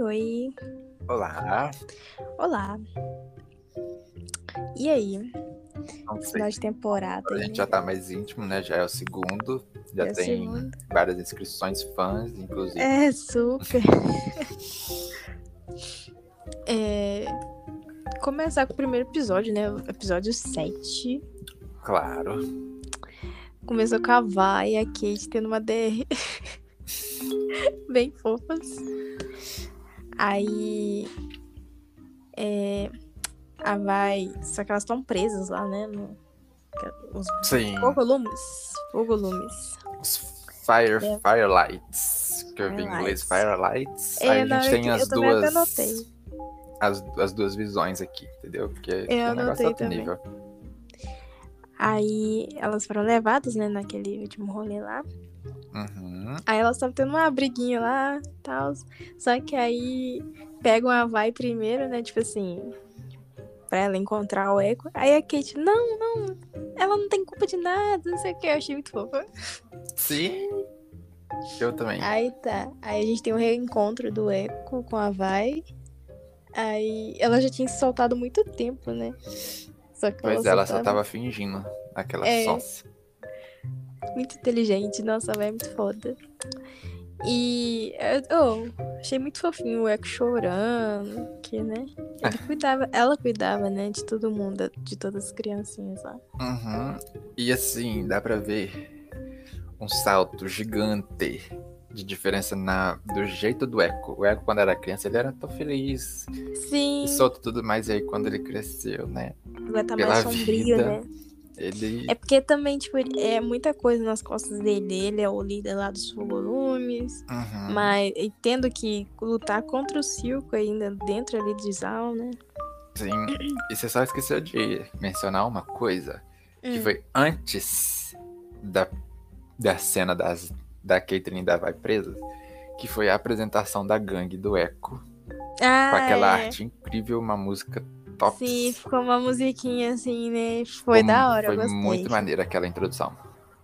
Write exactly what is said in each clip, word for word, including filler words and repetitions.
oi. Olá, Olá. E aí? não sei. Final de temporada A aí, gente né? já tá mais íntimo, né? Já é o segundo, já É o tem segundo. várias inscrições, fãs, inclusive. É, super. É, começar com o primeiro episódio, né? O episódio sete. Claro. Começou com a Vai e a Kate tendo uma D R bem fofas. Aí. É, a Vai. Só que elas estão presas lá, né? No, os Sim. fogolumes. Fogolumes. Os Fire, É. Firelights, que eu vi em inglês Firelights. Firelights. É, Aí a na gente hora tem que as eu também até duas. anotei. As, as duas visões aqui, entendeu? Porque Eu aqui o negócio é anotei outro também. nível. Aí elas foram levadas, né, naquele último rolê lá. Uhum. Aí elas estavam tendo uma briguinha lá e tal. Só que aí pegam a Vai primeiro, né? Tipo assim, pra ela encontrar o Echo. Aí a Kate, não, não, ela não tem culpa de nada, não sei o que. Eu achei muito fofa. Sim. Eu também. Aí tá. Aí a gente tem um reencontro do Echo com a Vai. Aí ela já tinha se soltado há muito tempo, né? Só que Pois ela é, só ela só tava tava fingindo aquela É. sócia. muito inteligente. Nossa, a Vai é muito foda. E eu oh, achei muito fofinho o Echo chorando, que, né? Ele cuidava, ela cuidava, né, de todo mundo, de todas as criancinhas lá. Uhum. E assim, dá pra ver um salto gigante de diferença na, do jeito do Echo. O Echo, quando era criança, ele era tão feliz Sim. e solto tudo mais. E aí, quando ele cresceu, né? Vai estar Pela mais sombrio, vida, né? ele... É porque também, tipo, é muita coisa nas costas dele. Ele é o líder lá dos Fogolumes, Uhum. mas e tendo que lutar contra o Silco ainda dentro ali de Zal, né? Sim. E você só esqueceu de mencionar uma coisa, que Hum. foi antes da, da cena das, da Caitlyn e da Vai presas, que foi a apresentação da gangue do Echo. Ah, com aquela é. arte incrível, uma música top. Sim, ficou uma musiquinha assim, né? Foi Foi, da hora, foi eu gostei. muito maneira aquela introdução.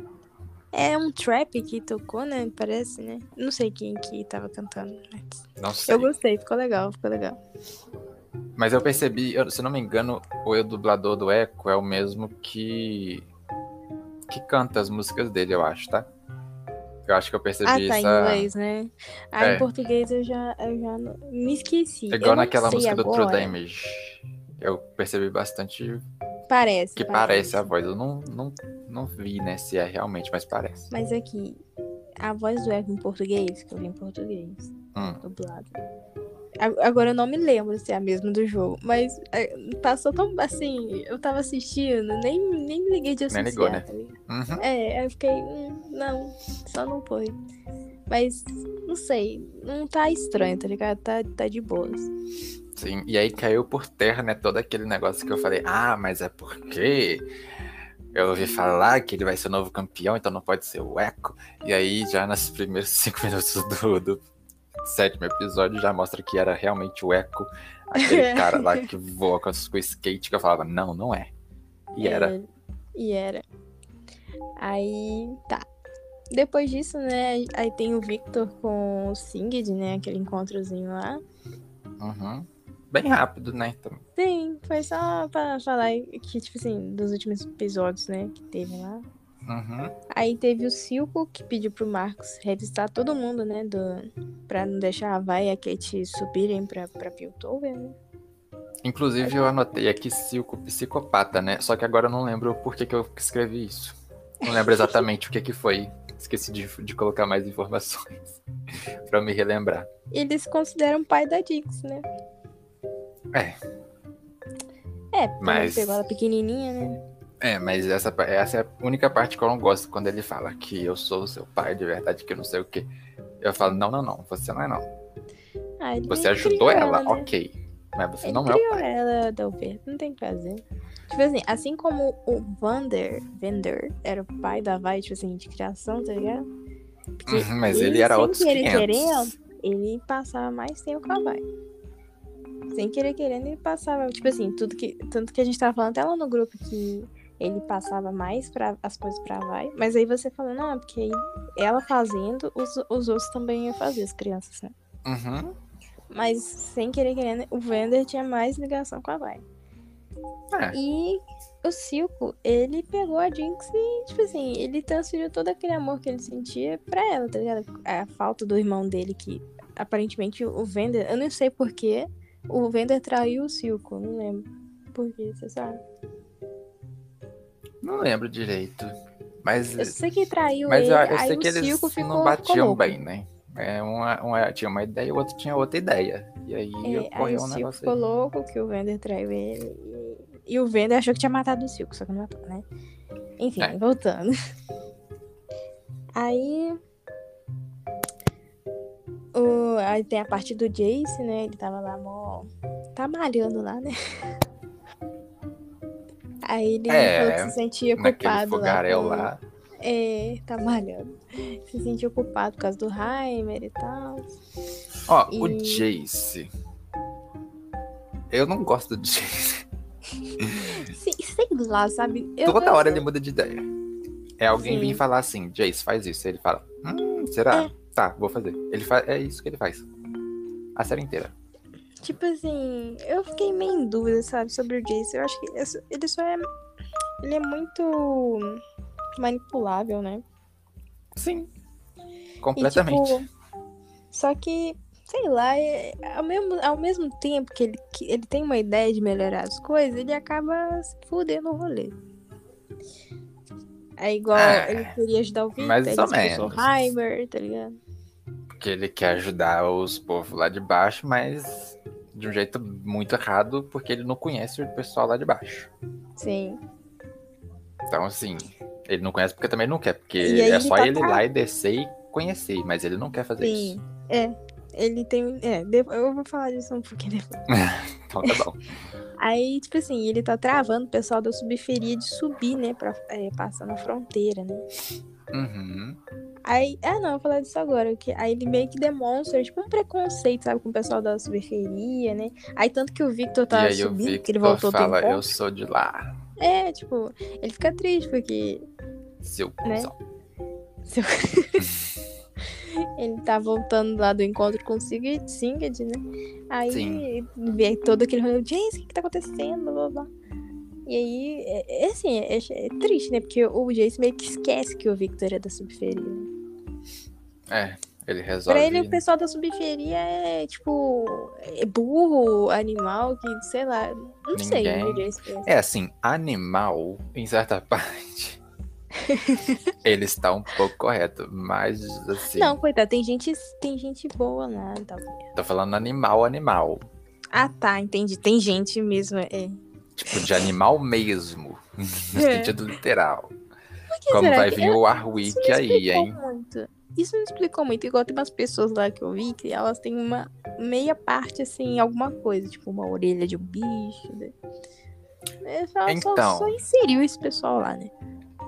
É um trap que tocou, né? Parece, né? Não sei quem que tava cantando. Mas... Não sei. Eu gostei, ficou legal, ficou legal. Mas eu percebi, eu, se não me engano, o dublador do Echo é o mesmo que que canta as músicas dele, eu acho, tá? Eu acho que eu percebi Ah, tá, essa... em inglês, né? Ah, É. em português eu já, eu já não... me esqueci. É Eu igual não naquela sei música do True agora. Damage. Eu percebi bastante Parece, que parece. parece a voz. Eu não, não, não vi, né, se é realmente, mas parece. Mas aqui, a voz do Echo em português, que eu vi em português, Hum. dublado. Agora eu não me lembro se é a mesma do jogo, mas é, passou tão assim, eu tava assistindo, nem, nem me liguei de associar. Nem ligou, né? Tá ligado? Uhum. É, aí eu fiquei, hum, não, só não foi. Mas, não sei, não tá estranho, tá ligado? Tá, tá de boas. Sim, e aí caiu por terra, né, todo aquele negócio que eu falei, ah, mas é porque eu ouvi falar que ele vai ser o novo campeão, então não pode ser o Echo. E aí, já nos primeiros cinco minutos do, do sétimo episódio, já mostra que era realmente o Echo, aquele cara lá que voa com o skate, que eu falava, não, não é. E É, era. E era. Aí, tá. Depois disso, né, aí tem o Victor com o Singed, né, aquele encontrozinho lá. Uhum. Bem rápido, né? Então... Sim, foi só pra falar que, tipo assim, dos últimos episódios, né, que teve lá. Uhum. Aí teve o Silco, que pediu pro Marcos revistar todo mundo, né, do, pra não deixar a Vai e a Kate subirem pra, pra Piltover, né. Inclusive, eu anotei aqui Silco psicopata, né? Só que agora eu não lembro por que, que eu escrevi isso. Não lembro exatamente o que, que foi. Esqueci de, de colocar mais informações pra eu me relembrar. Eles consideram pai da Dix, né? É. É, porque Mas... ele pegou ela pequenininha, né? É, mas essa, essa é a única parte que eu não gosto, quando ele fala que eu sou o seu pai de verdade, que eu não sei o quê. Eu falo, não, não, não, você não é não. Ah, ele Você ajudou ela, ela, né? ok. Mas você ele não é o criou pai. ela, Delver, não tem o que fazer. Tipo assim, assim como o Vander, Vander era o pai da Vai, tipo assim, de criação, tá ligado? Porque Uhum, mas ele, ele era sem outros querer quinhentos. querendo, ele passava mais tempo com a Vai. Sem querer querendo, ele passava, tipo assim, tudo que, tanto que a gente tava falando até lá no grupo que ele passava mais pra, as coisas pra Vai, mas aí você falou, não, porque aí ela fazendo, os, os outros também iam fazer, as crianças, né? Uhum. Mas, sem querer querendo, o Vander tinha mais ligação com a Vi. É. E o Silco, ele pegou a Jinx e, tipo assim, ele transferiu todo aquele amor que ele sentia pra ela, tá ligado? A falta do irmão dele, que aparentemente o Vander, eu não sei porquê, o Vander traiu o Silco, não lembro por quê, você sabe? Não lembro direito. Mas, Eu sei que traiu mas eu, ele, eu aí sei o que eles Silco não ficou, ficou batiam louco. bem, né? É, uma, uma tinha uma ideia e o outro tinha outra ideia. E aí É, aí o ocorreu um Silco negócio ficou aí. louco que o Vander traiu ele. E, e o Vander achou que tinha matado o Silco, só que não matou, né? Enfim, É. voltando. Aí. O, aí tem a parte do Jace, né? Ele tava lá, mó. Tá malhando lá, né? Aí ele falou que se É, sentia naquele culpado lá fogaréu com. lá. É, tá malhando. Se sentiu culpado por causa do Heimer e tal. Ó, o E. Jace. Eu não gosto do Jace. Sei, sei lá, sabe? Eu, Toda eu, hora ele muda de ideia. É alguém vir sim. falar assim, Jace, faz isso. Ele fala, hum, será? É. Tá, vou fazer. Ele faz, é isso que ele faz. A série inteira. Tipo assim, eu fiquei meio em dúvida, sabe, sobre o Jace. Eu acho que ele só é. Ele é muito manipulável, né? Sim. E, Completamente. tipo, só que, sei lá, é, ao, mesmo, ao mesmo tempo que ele, que ele tem uma ideia de melhorar as coisas, ele acaba se fudendo no rolê. É igual, ele Ah, queria ajudar o Victor, mais ele ou expulsou o menos. Heimer, tá ligado? Porque ele quer ajudar os povos lá de baixo, mas de um jeito muito errado, porque ele não conhece o pessoal lá de baixo. Sim. Então, assim, ele não conhece porque também não quer, porque E aí é ele só tá ele ir tra... lá e descer e conhecer, mas ele não quer fazer isso. Sim, é. Ele tem. É, depois, eu vou falar disso um pouquinho depois. Então tá bom. Aí, tipo assim, ele tá travando o pessoal da subferia de subir, né? Pra é, passar na fronteira, né? Uhum. Aí, ah não, eu vou falar disso agora. Que, aí ele meio que demonstra, tipo, um preconceito, sabe, com o pessoal da subferia, né? Aí tanto que o Victor E tá aí o subindo, que ele Victor voltou do fala, eu encontro. sou de lá, É, tipo, ele fica triste porque, seu né? cuzão. Seu... ele tá voltando lá do encontro com o Sigurd, Singed, né? Sim. Aí vê todo aquele rolê, Jace, o que que tá acontecendo? Blá, blá, blá. E aí, é, é assim, é, é triste, né? Porque o Jace meio que esquece que o Victor é da subferia. É, ele Pra resolve. ele, o pessoal da subferia é, tipo, é burro, animal, que, sei lá, não sei o que o Ninguém. Jace pensa. É assim, animal, em certa parte, ele está um pouco correto, mas assim, Não, coitado, tem gente, tem gente boa lá e tal. tô falando animal, animal. Ah, tá, entendi. Tem gente mesmo, é. Tipo, de animal mesmo, no É. sentido literal. Por que Como será vai que... vir Eu, o isso não Warwick aí, explicou hein? muito. Isso não explicou muito. Igual tem umas pessoas lá que eu vi que elas têm uma meia parte, assim, alguma coisa. Tipo, uma orelha de um bicho, né? É, só, só, só Então, inseriu esse pessoal lá, né?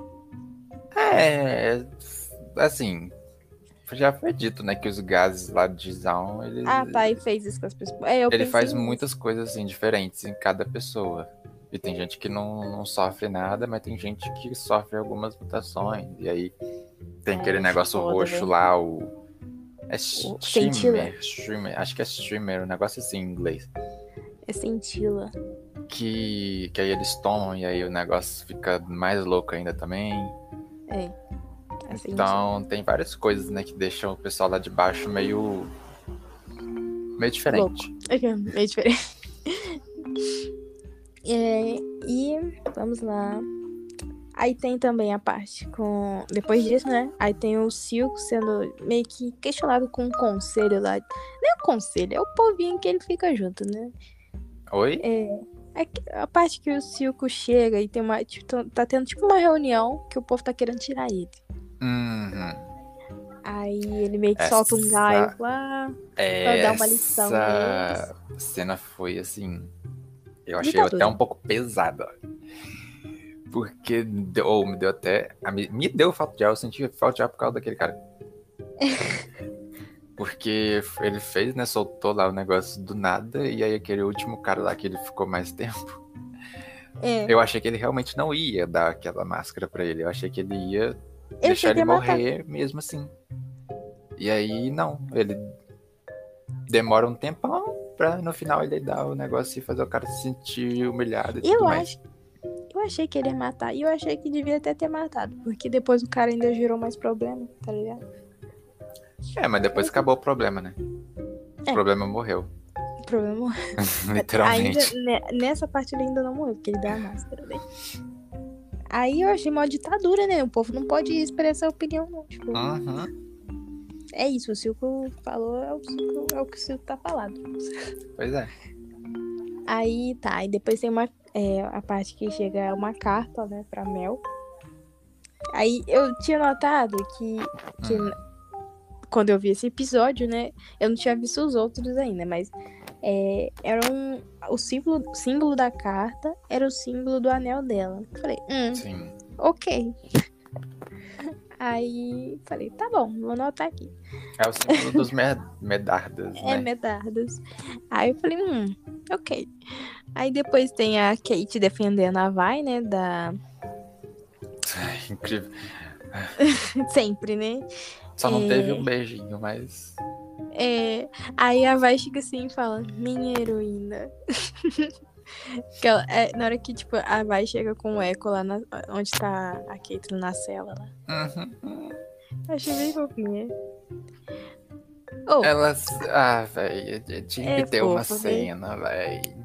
é. Assim, já foi dito, né, que os gases lá de Zaun, eles. Ah, tá, e fez isso com as pessoas. É, eu Ele pensei faz nisso. muitas coisas assim diferentes em cada pessoa. E tem gente que não, não sofre nada, mas tem gente que sofre algumas mutações. E aí tem aquele É, negócio foda, roxo velho. lá, o. É O Sentila. streamer, streamer, acho que é streamer, um negócio assim em inglês. É Sentila. Que, que aí eles tomam e aí o negócio fica mais louco ainda também. É. É Sentila. Então tem várias coisas, né, que deixam o pessoal lá de baixo meio. meio diferente. Louco. É meio diferente. É, e vamos lá. Aí tem também a parte com. Depois disso, né? Aí tem o Silco sendo meio que questionado com um conselho lá. Não é o conselho, é o povinho que ele fica junto, né? Oi? É. A parte que o Silco chega e tem uma. Tipo, tá tendo tipo uma reunião que o povo tá querendo tirar ele. Uhum. Aí ele meio que Essa... solta um gaio lá pra dar uma lição neles. Essa cena foi assim. Eu achei Ditadura. até um pouco pesada. Porque deu, oh, me deu até. Me deu falta de ar, eu senti falta de ar por causa daquele cara. Porque ele fez, né? Soltou lá o negócio do nada. E aí aquele último cara lá que ele ficou mais tempo. É. Eu achei que ele realmente não ia dar aquela máscara pra ele. Eu achei que ele ia Eu deixar achei que ele ia matar. morrer mesmo assim. E aí, não. Ele demora um tempão pra no final ele dar o negócio e fazer o cara se sentir humilhado e Eu tudo mais. acho. Eu achei que ele ia matar. E eu achei que devia até ter matado. Porque depois o cara ainda gerou mais problema, tá ligado? É, mas depois acabou o problema, né? É. O problema morreu. O problema. Literalmente. Ainda, né, nessa parte ele ainda não morreu, porque ele dá a máscara, né? Aí eu achei uma ditadura, né? O povo não pode expressar opinião, não. Tipo, Uhum. é isso, o Silco falou, é o, Silco, é o que o Silco tá falando. Pois é. Aí tá, aí depois tem uma. É, a parte que chega uma carta, né, pra Mel. Aí eu tinha notado que, que Hum. quando eu vi esse episódio, né, eu não tinha visto os outros ainda, mas é, era um, o símbolo, símbolo da carta era o símbolo do anel dela. Falei, hum, Sim. ok. Aí falei, tá bom, vou anotar aqui. É o símbolo dos med- medardas, É, né? medardos. Aí eu falei, hum, ok. Aí depois tem a Kate defendendo a Vai, né, da... Ai, incrível. Sempre, né? Só não É... teve um beijinho, mas... É... Aí a Vai chega assim e fala, minha heroína. Que ela, é, na hora que, tipo, a Vai chega com o Echo lá na, onde tá a Caitlyn na cela lá. Uhum. Achei bem fofinha. Oh, Elas... Ah, velho, tinha que É ter uma fofo, né? cena, velho.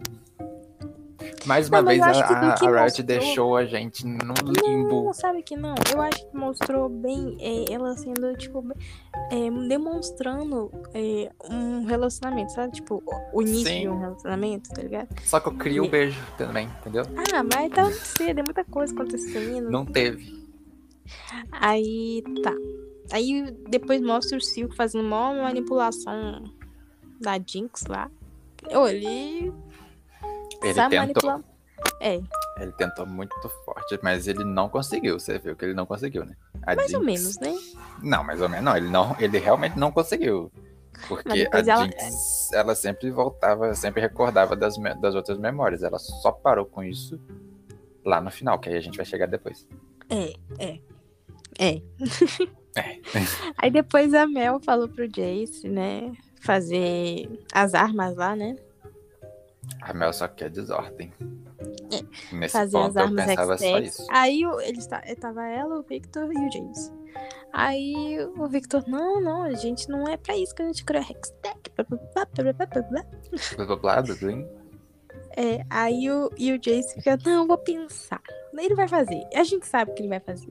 Mais uma Não, mas vez eu a, acho que no a, que a Riot mostrou- deixou a gente no limbo. Não, sabe que não? Eu acho que mostrou bem é, ela sendo, tipo, é, demonstrando é, um relacionamento, sabe? Tipo, o início Sim. de um relacionamento, tá ligado? Só que eu queria o beijo também, entendeu? Ah, mas tá muito cedo, é muita coisa acontecendo. Não teve. Aí, tá. Aí depois mostra o Silco fazendo uma manipulação da Jinx lá. Ô, ele... Ele sabe tentou. manipular. É, Ele tentou muito forte, mas ele não conseguiu. Você viu que ele não conseguiu, né? A mais ou Jinx- menos, né? Não, mais ou menos não. Ele, não, ele realmente não conseguiu. Mas Porque a depois ela- Jinx, ela sempre voltava, sempre recordava das, me- das outras memórias. Ela só parou com isso lá no final, que aí a gente vai chegar depois. É, é. É. É. Aí depois a Mel falou pro Jace, né? Fazer as armas lá, né? A Mel só quer desordem. Nesse Fazer ponto as eu armas pensava só Hextech. isso. Aí o- eles ta- tava ela, o Victor e o Jace. Aí o Victor, não, não, a gente não é pra isso que a gente criou a Hextech. Blá, blá, blá, blá, blá, blá, blá. Blá, blá, blá, blá, blá. É, aí o, e o Jace fica, não, vou pensar. Ele vai fazer. A gente sabe que ele vai fazer.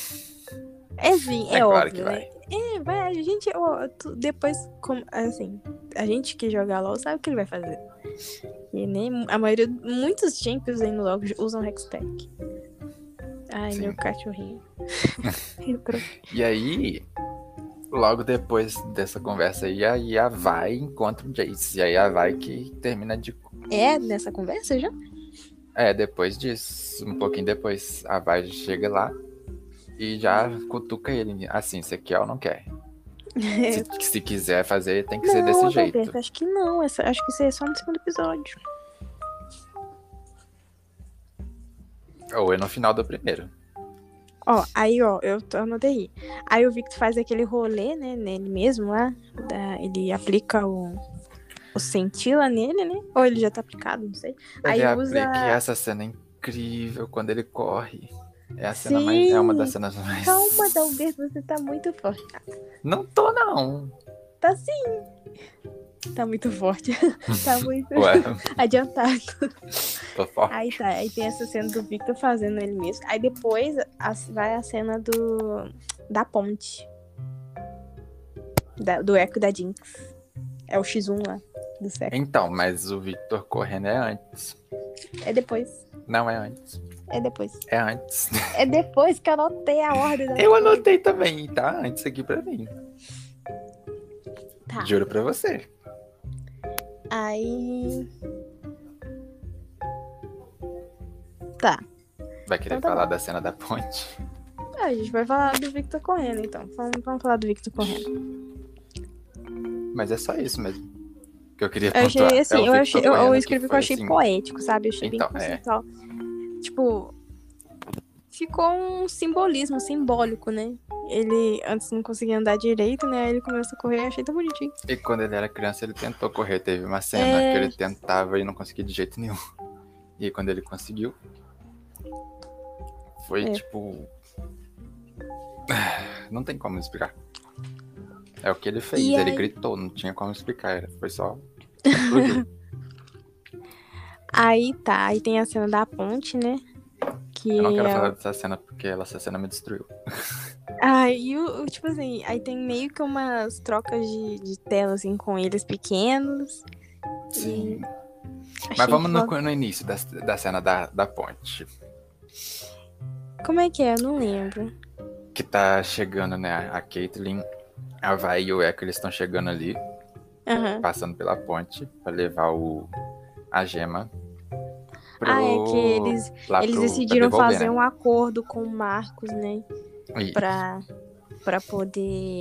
É sim, é, É claro óbvio, que né? vai. É, vai, a gente, ó, tu- depois, como, assim, a gente que joga LoL sabe o que ele vai fazer. E nem a maioria, muitos champions aí no LoL usam Hextech. Ai, Sim. meu cachorrinho. Entrou. E aí, logo depois dessa conversa aí, aí a Vai encontra o Jace. E aí a Vai que termina de. É nessa conversa já? É, depois disso, um pouquinho depois, a Vai chega lá e já cutuca ele. Assim, você quer ou não quer? Se, se quiser fazer, tem que ser desse não, jeito. Roberto, acho que não. Essa, acho que isso é só no segundo episódio. Ou é no final do primeiro. Ó, aí, ó, eu tô- anotei. Aí o Victor faz aquele rolê, né, nele mesmo lá. da- ele aplica o, o Scintilla nele, né? Ou ele já tá aplicado, não sei. Aí Ele usa... aplica e essa cena é incrível quando ele corre. É a cena Sim. mais. É uma das cenas mais. Calma, Dalberto, você tá muito forte. Não tô, não. Tá sim. Tá muito forte. Tá muito Ué, adiantado. tô forte. Aí tá, aí tem essa cena do Victor fazendo ele mesmo. Aí depois a- vai a cena do da ponte. Da- do Echo e da Jinx. É o xis um lá do século. Então, mas o Victor correndo é antes. É depois. Não é antes. É depois. É antes. É depois que eu anotei a ordem da Eu anotei também, tá? Antes aqui pra mim. Tá. Juro pra você. Aí. Tá. Vai querer Então tá falar bom. da cena da ponte? Ah, a gente vai falar do Victor correndo, então. Vamos, vamos falar do Victor correndo. Mas é só isso mesmo. Que eu queria Eu achei, pontuar. assim, É o eu, Victor achei, eu, eu correndo escrevi que foi eu achei assim. poético, sabe? Eu achei Então, bem é. conceitual. Tipo, ficou um simbolismo simbólico, né? ele antes não conseguia andar direito, né? Aí ele começou a correr, achei tão bonitinho. E quando ele era criança, ele tentou correr. Teve uma cena É. que ele tentava e não conseguia de jeito nenhum. E aí, quando ele conseguiu, foi É. tipo... Não tem como explicar. É o que ele fez, E ele aí- gritou, não tinha como explicar. Foi só... explodiu. Aí tá, aí tem a cena da ponte, né? Que Eu não quero é- falar dessa cena, porque essa cena me destruiu. Aí, o, o- tipo assim, aí tem meio que umas trocas de, de tela, assim, com eles pequenos. Sim. Achei Mas vamos no, foda. no início da, da cena da, da ponte. Como é que é? Eu não lembro. Que tá chegando, né? A Caitlyn, a Vai e o Echo, eles estão chegando ali, Aham. passando pela ponte, pra levar o, a gema pro... Ah, é que eles, lá eles pro- decidiram pra devolver, fazer né? um acordo com o Marcos, né? Isso. Pra, pra poder...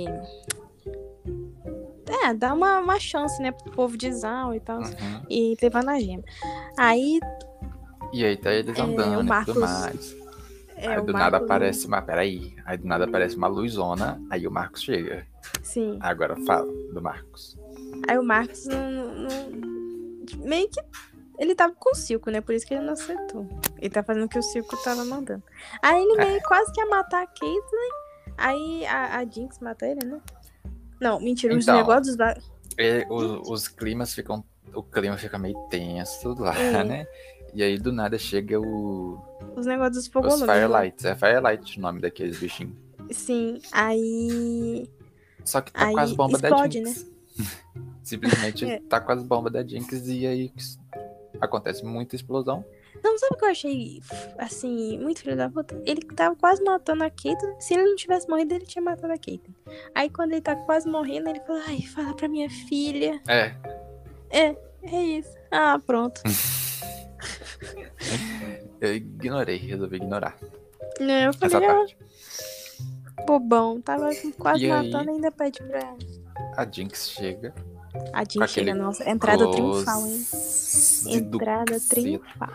É, dar uma, uma chance, né? Pro povo de Zal e tal. Uhum. E levar na gema. Aí, E aí tá eles É, andando o e Marcos- tudo mais. é, Aí o do nada Marcos... aparece uma... Peraí. Aí do nada aparece uma luzona, aí o Marcos chega. Sim. Agora fala do Marcos. Aí o Marcos não, não- não- meio que ele tava com o Silco, né? Por isso que ele não acertou. Ele tá fazendo o que o Silco tava mandando. Aí ele meio quase que ia matar a Caitlyn. Aí a, a Jinx mata ele, né? Não, mentira, os Então. negócios da. E os, os climas ficam... O clima fica meio tenso lá, É. né? E aí do nada chega o... Os negócios dos Os fogolões. Firelights. É Firelight o nome daqueles bichinhos. Sim, aí. Só que tá Aí com as bombas explode, da Jinx. Simplesmente É. tá com as bombas da Jinx e aí acontece muita explosão. Não, sabe o que eu achei, assim, muito filho da puta? Ele tava quase matando a Caitlyn. Se ele não tivesse morrido, ele tinha matado a Caitlyn. Aí quando ele tá quase morrendo, ele fala, ai, fala pra minha filha. É, É, é isso. Ah, pronto. eu ignorei, resolvi ignorar Não, eu essa falei, ah, parte. bobão. Tava quase E aí? matando, ainda pede pra... A Jinx chega A com Jinx chega, aquele nossa, entrada triunfal, hein? close do Entrada cacete. triunfal.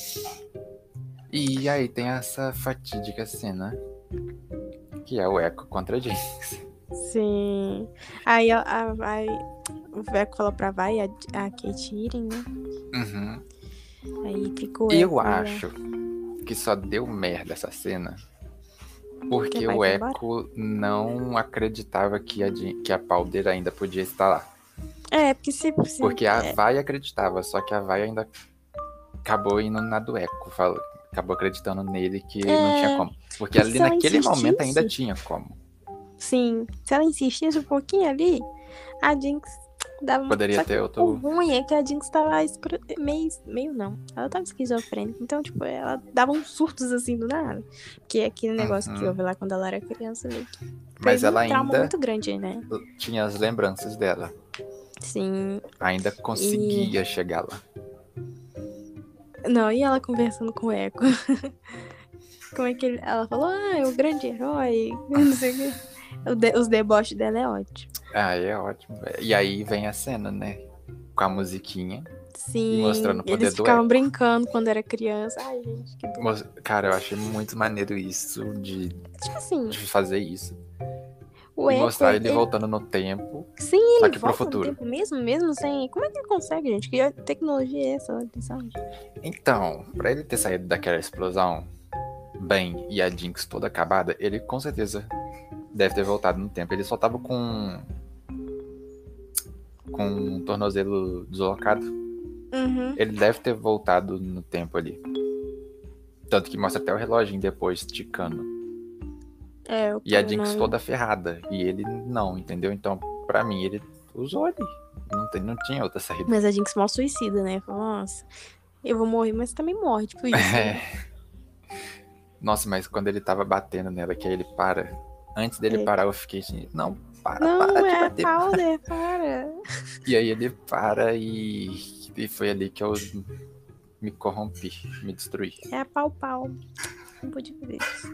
E aí tem essa fatídica cena que é o Echo contra a Jinx. Sim. Aí a, a, vai... o Veco falou pra Vai a, a Kate irem, né? Uhum. Aí ficou Eu Echo lá. acho que só deu merda essa cena porque Que vai o embora? Echo não acreditava que a, Jin- que a Powder ainda podia estar lá. É, porque se... se Porque a é, Vai acreditava, só que a Vai ainda acabou indo na do Echo, falou, acabou acreditando nele que não É, tinha como. Porque ali se ela naquele momento insistisse- ainda tinha como. Sim. Se ela insistisse um pouquinho ali, a Jinx dava uma... Poderia Só que ter o outro. ruim é que a Jinx tava escro... meio... Meio não. Ela tava esquizofrênica. Então, tipo, ela dava uns surtos assim do nada. Que é aquele negócio que Uhum. houve lá quando ela era criança. Meio que Mas teve ela um trauma ainda muito grande, né? tinha as lembranças dela. Sim. Ainda conseguia chegar lá. Não, e ela conversando com o Echo. Como é que ele... ela falou? Ah, é o grande herói. Não sei o quê. O de- Os deboches dela é ótimo. Ah, é ótimo. velho. E aí vem a cena, né? Com a musiquinha. Sim. Mostrando o poder Eles do ficavam Echo. brincando quando era criança. Ai, gente, que dor. Mos- Cara, eu achei muito maneiro isso, de, Tipo assim, de fazer isso. o E Echo... mostrar ele ele- voltando no tempo. Sim, Só ele que pro volta no futuro. tempo mesmo, mesmo sem... Como é que ele consegue, gente? Que tecnologia é essa? Sabe? Então, pra ele ter saído daquela explosão bem e a Jinx toda acabada, ele com certeza deve ter voltado no tempo. Ele só tava com com um tornozelo deslocado. Uhum. Ele deve ter voltado no tempo ali. Tanto que mostra até o relógio depois ticando. É, o E a Jinx nome- toda ferrada. E ele não, entendeu? Então, pra mim, ele usou ali. Não, tem, não tinha outra saída. Mas a Jinx mó suicida, né? Falou, nossa, eu vou morrer, mas você também morre, tipo isso. né? É. Nossa, mas quando ele tava batendo nela, que aí ele para. Antes dele É. parar, eu fiquei assim, não, para, Não, para de é bater. Powder, para. E aí ele para e, e foi ali que eu me corrompi, me destruí. É a pau-pau. Não podia fazer isso.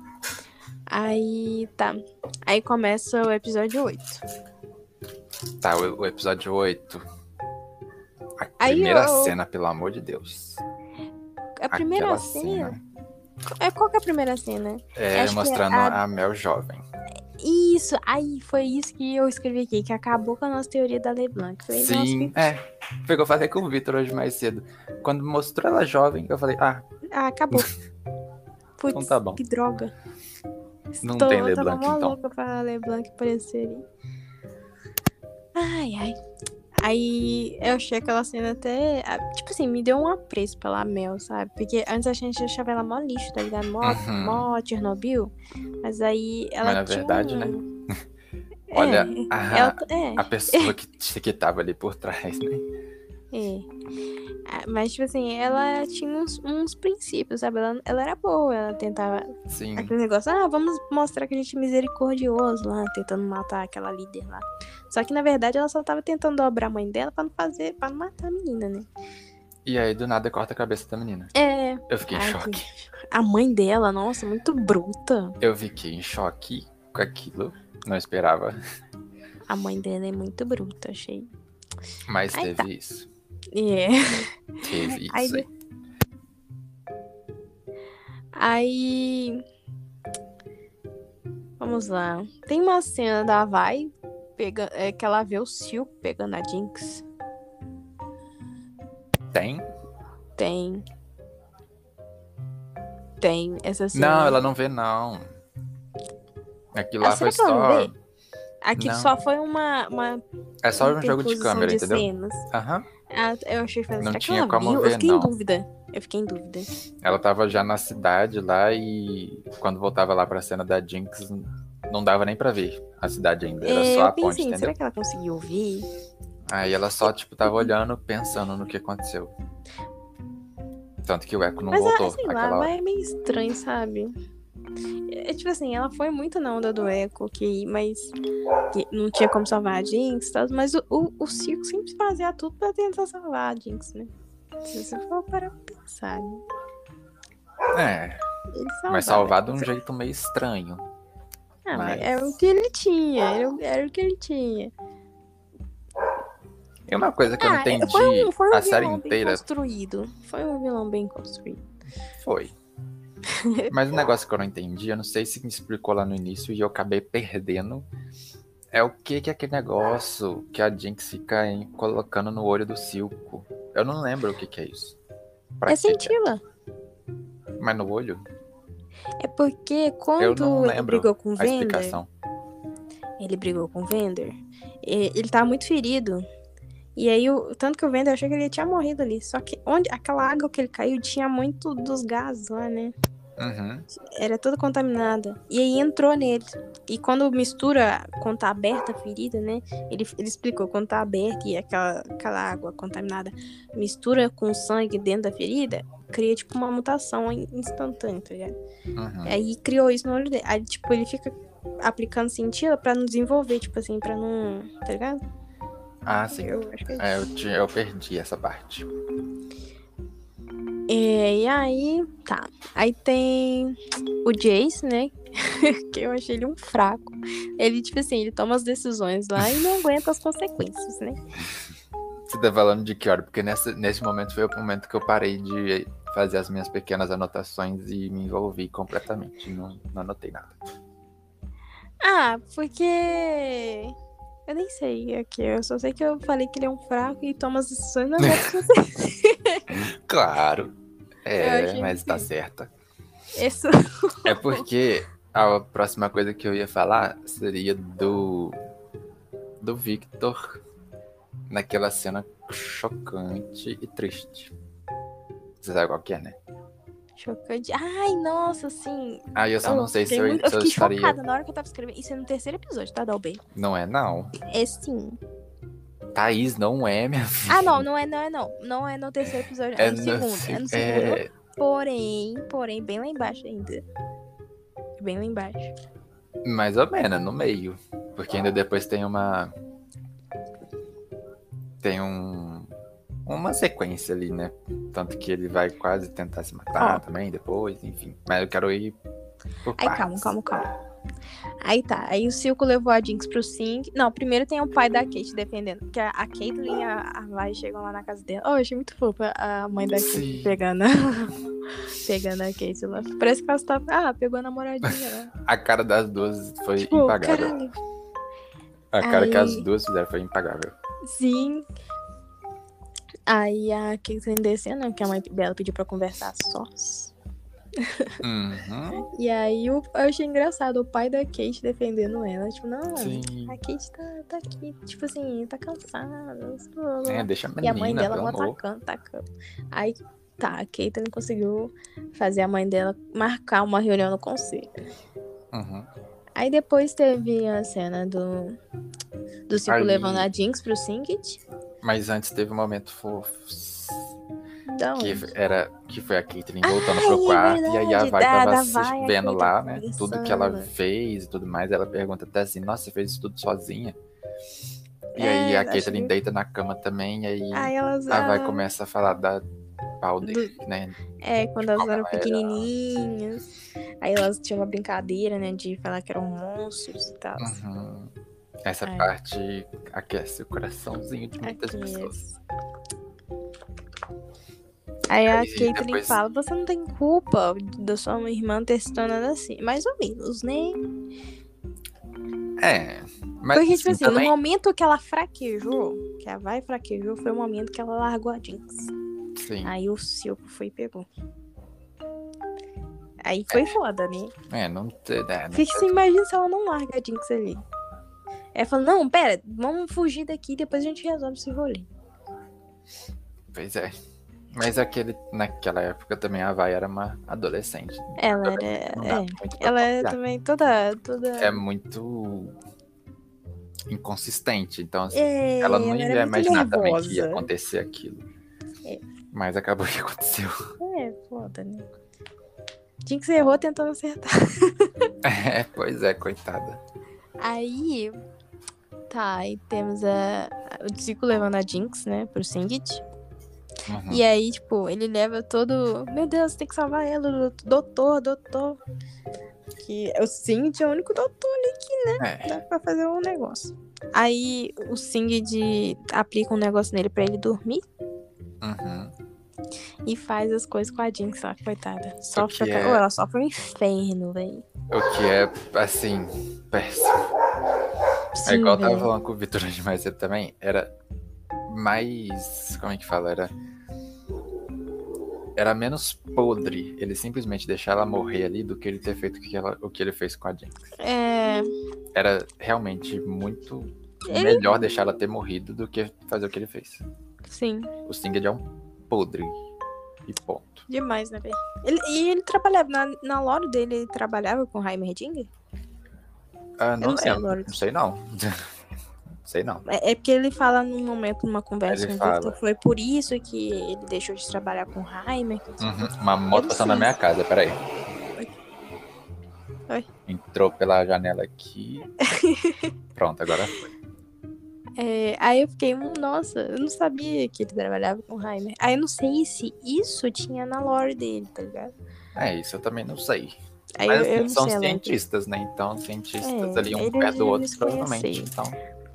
Aí, tá. Aí começa o episódio oito. Tá, o, o episódio oito. A Aí primeira eu- cena, pelo amor de Deus. A primeira Aquela cena... É, qual que é a primeira cena? É Acho que mostrando a- a Mel jovem. Isso, aí foi isso que eu escrevi aqui, que acabou com a nossa teoria da LeBlanc. Falei, Sim, nossa, é. Foi o que eu falei com o Vitor hoje mais cedo. Quando mostrou ela jovem, eu falei, ah, ah, acabou. então Putz, tá bom. que droga. Não Tô, tem eu tava LeBlanc, mó então. louca pra LeBlanc aparecer ali. Ai, ai. Aí eu achei aquela cena até. Tipo assim, me deu um apreço pela Mel, sabe? Porque antes a gente achava ela mó lixo, tá ligado? Mó, Uhum. mó Chernobyl. Mas aí ela Mas na tinha verdade, um... né? É, Olha a, ela... É, a pessoa que, que tava ali por trás, né? é. Ah, mas, tipo assim, ela tinha uns, uns princípios, sabe? Ela, ela era boa, ela tentava... Sim. Aquele negócio, ah, vamos mostrar que a gente é misericordioso lá, tentando matar aquela líder lá. Só que, na verdade, ela só tava tentando dobrar a mãe dela pra não fazer, pra não matar a menina, né? E aí, do nada, corta a cabeça da menina. É. Eu fiquei Ai, em choque. que... A mãe dela, nossa, muito bruta. Eu fiquei em choque com aquilo. Não esperava. A mãe dela é muito bruta, achei. Mas Ai, teve tá. isso. É. Teve Aí, isso aí. aí... Vamos lá. Tem uma cena da Vai pega... é, que ela vê o Silco pegando a Jinx. Tem? Tem. Tem essa cena. Não, ela não vê, não. Aquilo Ah, lá será foi que ela não só... vê? Aquilo Não. só foi uma, uma É só um jogo de interposição câmera, de entendeu? cenas. Aham. Ah, eu achei, falei, Não será que tinha ela como viu? ver, eu fiquei não. em dúvida. Eu fiquei em dúvida. Ela tava já na cidade lá e quando voltava lá pra cena da Jinx, não dava nem pra ver a cidade ainda. Era É, só eu a ponte, pensei, entendeu? será que ela conseguiu ouvir? Aí ela só, tipo, tava olhando, pensando no que aconteceu. Tanto que o eco não Mas, voltou ah, sei aquela lá, hora. mas é meio estranho, sabe? É, tipo assim, ela foi muito na onda do Echo, ok, mas que não tinha como salvar a Jinx e tal, mas o, o, o Circo sempre fazia tudo pra tentar salvar a Jinx, né? Se você for parar pra pensar, né? É, Ele mas salvava. salvar de um jeito meio estranho. Ah, mas mas- era o que ele tinha, era, o- era o que ele tinha. E uma coisa que eu não Ah, entendi foi um, foi um a série vilão bem inteira construído. Foi um vilão bem construído. foi. Mas o negócio que eu não entendi, eu não sei se me explicou lá no início e eu acabei perdendo. É o que que é aquele negócio que a Jinx fica em- colocando no olho do Silco. Eu não lembro o que que é isso. Pra É que que é? sentiva. Mas no olho? É porque Eu não quando ele lembro brigou com o a Vander, explicação. ele brigou com o Vander, e- ele tava muito ferido. E aí, o, tanto que o Vander achou que ele tinha morrido ali. Só que onde aquela água que ele caiu tinha muito dos gases lá, né? Uhum. Era toda contaminada. E aí entrou nele. E quando mistura, quando tá aberta a ferida, né? Ele, ele explicou, quando tá aberta e aquela, aquela água contaminada mistura com sangue dentro da ferida, cria tipo uma mutação in- instantânea, tá ligado? Uhum. Aí criou isso no olho dele. Aí, tipo, ele fica aplicando sentido pra não desenvolver, tipo assim, pra não. Tá ligado? Ah, sim. Eu acho que é É, eu, tinha- eu perdi essa parte. É, e aí, tá. Aí tem o Jace, né? Que eu achei ele um fraco. Ele, tipo assim, ele toma as decisões lá e não aguenta as consequências, né? Você tá falando de que hora? Porque nessa, nesse momento foi o momento que eu parei de fazer as minhas pequenas anotações e me envolvi completamente. Não, não anotei nada. Ah, porque. Eu nem sei aqui. Eu só sei que eu falei que ele é um fraco e toma as decisões e não aguenta as consequências. Claro. Eu É, achei mas muito tá isso. certa. Isso. É porque a próxima coisa que eu ia falar seria do do Victor naquela cena chocante e triste. Você sabe qual que é, né? Chocante. Ai, nossa, sim. Ah, eu só não sei se fiquei eu, muito- eu se eu fiquei estaria... chocada na hora que eu tava escrevendo. Isso é no terceiro episódio, tá, Dalben? Não é, não. É sim. Thaís, não é, minha filha. Ah, não, não é, não é, não. Não é no terceiro episódio, é, É no no segundo. se- É no é- segundo. Porém, porém, bem lá embaixo ainda. Bem lá embaixo. Mais ou menos, no meio. Porque ainda depois tem uma... Tem um... Uma sequência ali, né? Tanto que ele vai quase tentar se matar Ó. também depois, enfim. Mas eu quero ir por Aí, partes. calma, calma, calma. Aí tá, aí o Silco levou a Jinx pro Sing. Não, primeiro tem o pai da Kate defendendo. Porque a, a Caitlyn e a, a Vi chegam lá na casa dela. Oh, eu achei muito fofa a mãe da Kate Sim. pegando, pegando a Kate lá. Parece que ela tá. Ah, pegou a namoradinha lá. A cara das duas foi Tipo, impagável. caralho. A cara Aí- que as duas fizeram foi impagável. Sim. Aí a Caitlyn descendo, que a mãe dela pediu pra conversar sós. Uhum. E aí eu, eu achei engraçado o pai da Kate defendendo ela. Tipo, não, Sim. a Kate tá, tá aqui, tipo assim, tá cansada. É, deixa a E a mãe menina, dela pelo mó amor. tacando, tacando. Aí, tá, a Caitlyn conseguiu fazer a mãe dela marcar uma reunião no conselho. Uhum. Aí depois teve a cena do do Silco Aí- levando a Jinx pro Singed. Mas antes teve um momento fofo. Não, Que era que foi a Caitlyn voltando Ai, pro é quarto. E aí a verdade, Vi da- tava da assist- Vi, a vendo Caitlyn lá, né? Tudo que ela conversando. fez e tudo mais. Ela pergunta até assim: Nossa, você fez isso tudo sozinha? E É, aí a acho Caitlyn que- deita na cama também. E aí Aí elas. a Vi ela- começa a falar da Powder, né? É, quando elas Como eram ela era- pequenininhas. Aí elas tinham uma brincadeira, né? De falar que eram monstros e tal. Uhum. Essa É. parte aquece o coraçãozinho de muitas Aqui, pessoas. esse. Aí a Aí Caitlyn depois- fala, você não tem culpa da sua irmã ter se tornado assim. Mais ou menos, né? É. Mas Porque, tipo assim, também... no momento que ela fraquejou, que a vai fraquejou, foi o momento que ela largou a Jinx. Sim. Aí o Silco foi e pegou. Aí foi foda, né? É, não, te- é, não Porque você imagina se ela não larga a Jinx ali. Ela fala, não, pera, vamos fugir daqui, depois a gente resolve esse rolê. Pois é. Mas aquele, naquela época também a Vi era uma adolescente. Ela era. Não dá É, muito pra ela é confiar. também toda. toda... É muito inconsistente. Então, assim, É, ela não era ia muito imaginar também que ia nervosa. acontecer aquilo. É. Mas acabou que aconteceu. É, foda, né? Jinx errou tentando acertar. É, pois é, coitada. Aí. Tá, aí temos a, o Zico levando a Jinx, né, pro Singed. Uhum. E aí, tipo, ele leva todo. Meu Deus, tem que salvar ela, doutor, doutor. Que o Singed é o único doutor ali que, né, É. dá pra fazer um negócio. Aí o Singed aplica um negócio nele pra ele dormir Uhum. e faz as coisas com a Jinx lá, coitada. Sofre que pra... é- Ô, ela sofre um inferno, velho. O que é, assim, péssimo. Sim, É igual eu tava velho. falando com o Vitor hoje mais cedo também. Era mais. Como é que fala? Era. Era menos podre ele simplesmente deixar ela morrer ali do que ele ter feito o que, ela, o que ele fez com a Jinx. É. Era realmente muito Ele- melhor deixar ela ter morrido do que fazer o que ele fez. Sim, O Singed é um podre. E ponto. demais, né, velho? Ele, e ele trabalhava, na, na lore dele, ele trabalhava com Heimerdinger? Ah, não, não sei lembro. agora. Não sei não. Sei não. É, é porque ele fala num momento, numa conversa Ele com o Victor, fala. foi por isso que ele deixou de trabalhar com Heimer. Uhum. Uma moto não passando na sei. minha casa, peraí. Oi. Entrou pela janela aqui. Pronto, agora foi. É, aí eu fiquei, hum, nossa, eu não sabia que ele trabalhava com Heimer. Aí eu não sei se isso tinha na lore dele, tá ligado? É, isso eu também não sei. Aí Mas eu, eu assim, não são sei a lore. cientistas, né? Então, cientistas É, ali, um eles perto do devem outro, se provavelmente. conhecer. Então,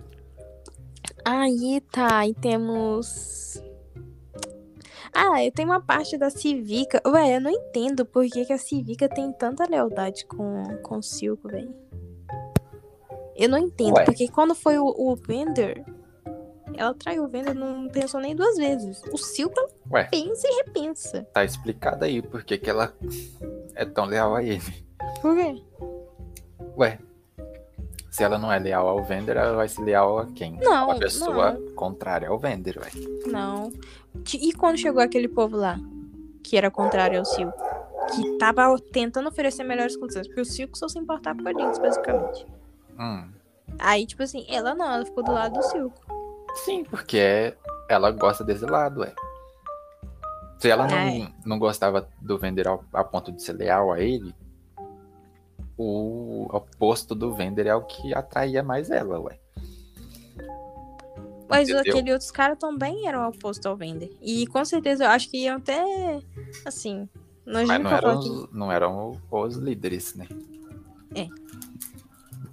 Aí tá, aí temos. Ah, eu tenho uma parte da Civica. Ué, eu não entendo por que, que a Civica tem tanta lealdade com, com o Silco, velho. Eu não entendo, Ué. porque quando foi o, o Vender, ela traiu o Vender, não pensou nem duas vezes. O Silco ela ué, pensa e repensa. tá explicado aí por que que ela é tão leal a ele. Por quê? Ué, se ela não é leal ao Vender, ela vai ser leal a quem? Não, Uma pessoa contrária ao Vender, ué. Não. E quando chegou aquele povo lá, que era contrário ao Silco? Que tava tentando oferecer melhores condições, porque o Silco só se importava com a Jinx, basicamente. Hum. Aí, tipo assim, ela não, ela ficou do lado do Silco. Sim, porque ela gosta desse lado, ué. Se ela não, É. não gostava do Vender ao, a ponto de ser leal a ele, o oposto do Vender é o que atraía mais ela, ué. Mas Entendeu? aquele outros caras também eram oposto ao Vender. E com certeza eu acho que iam até, assim... Nós Mas já não falou eram, que... os, não eram os líderes, né?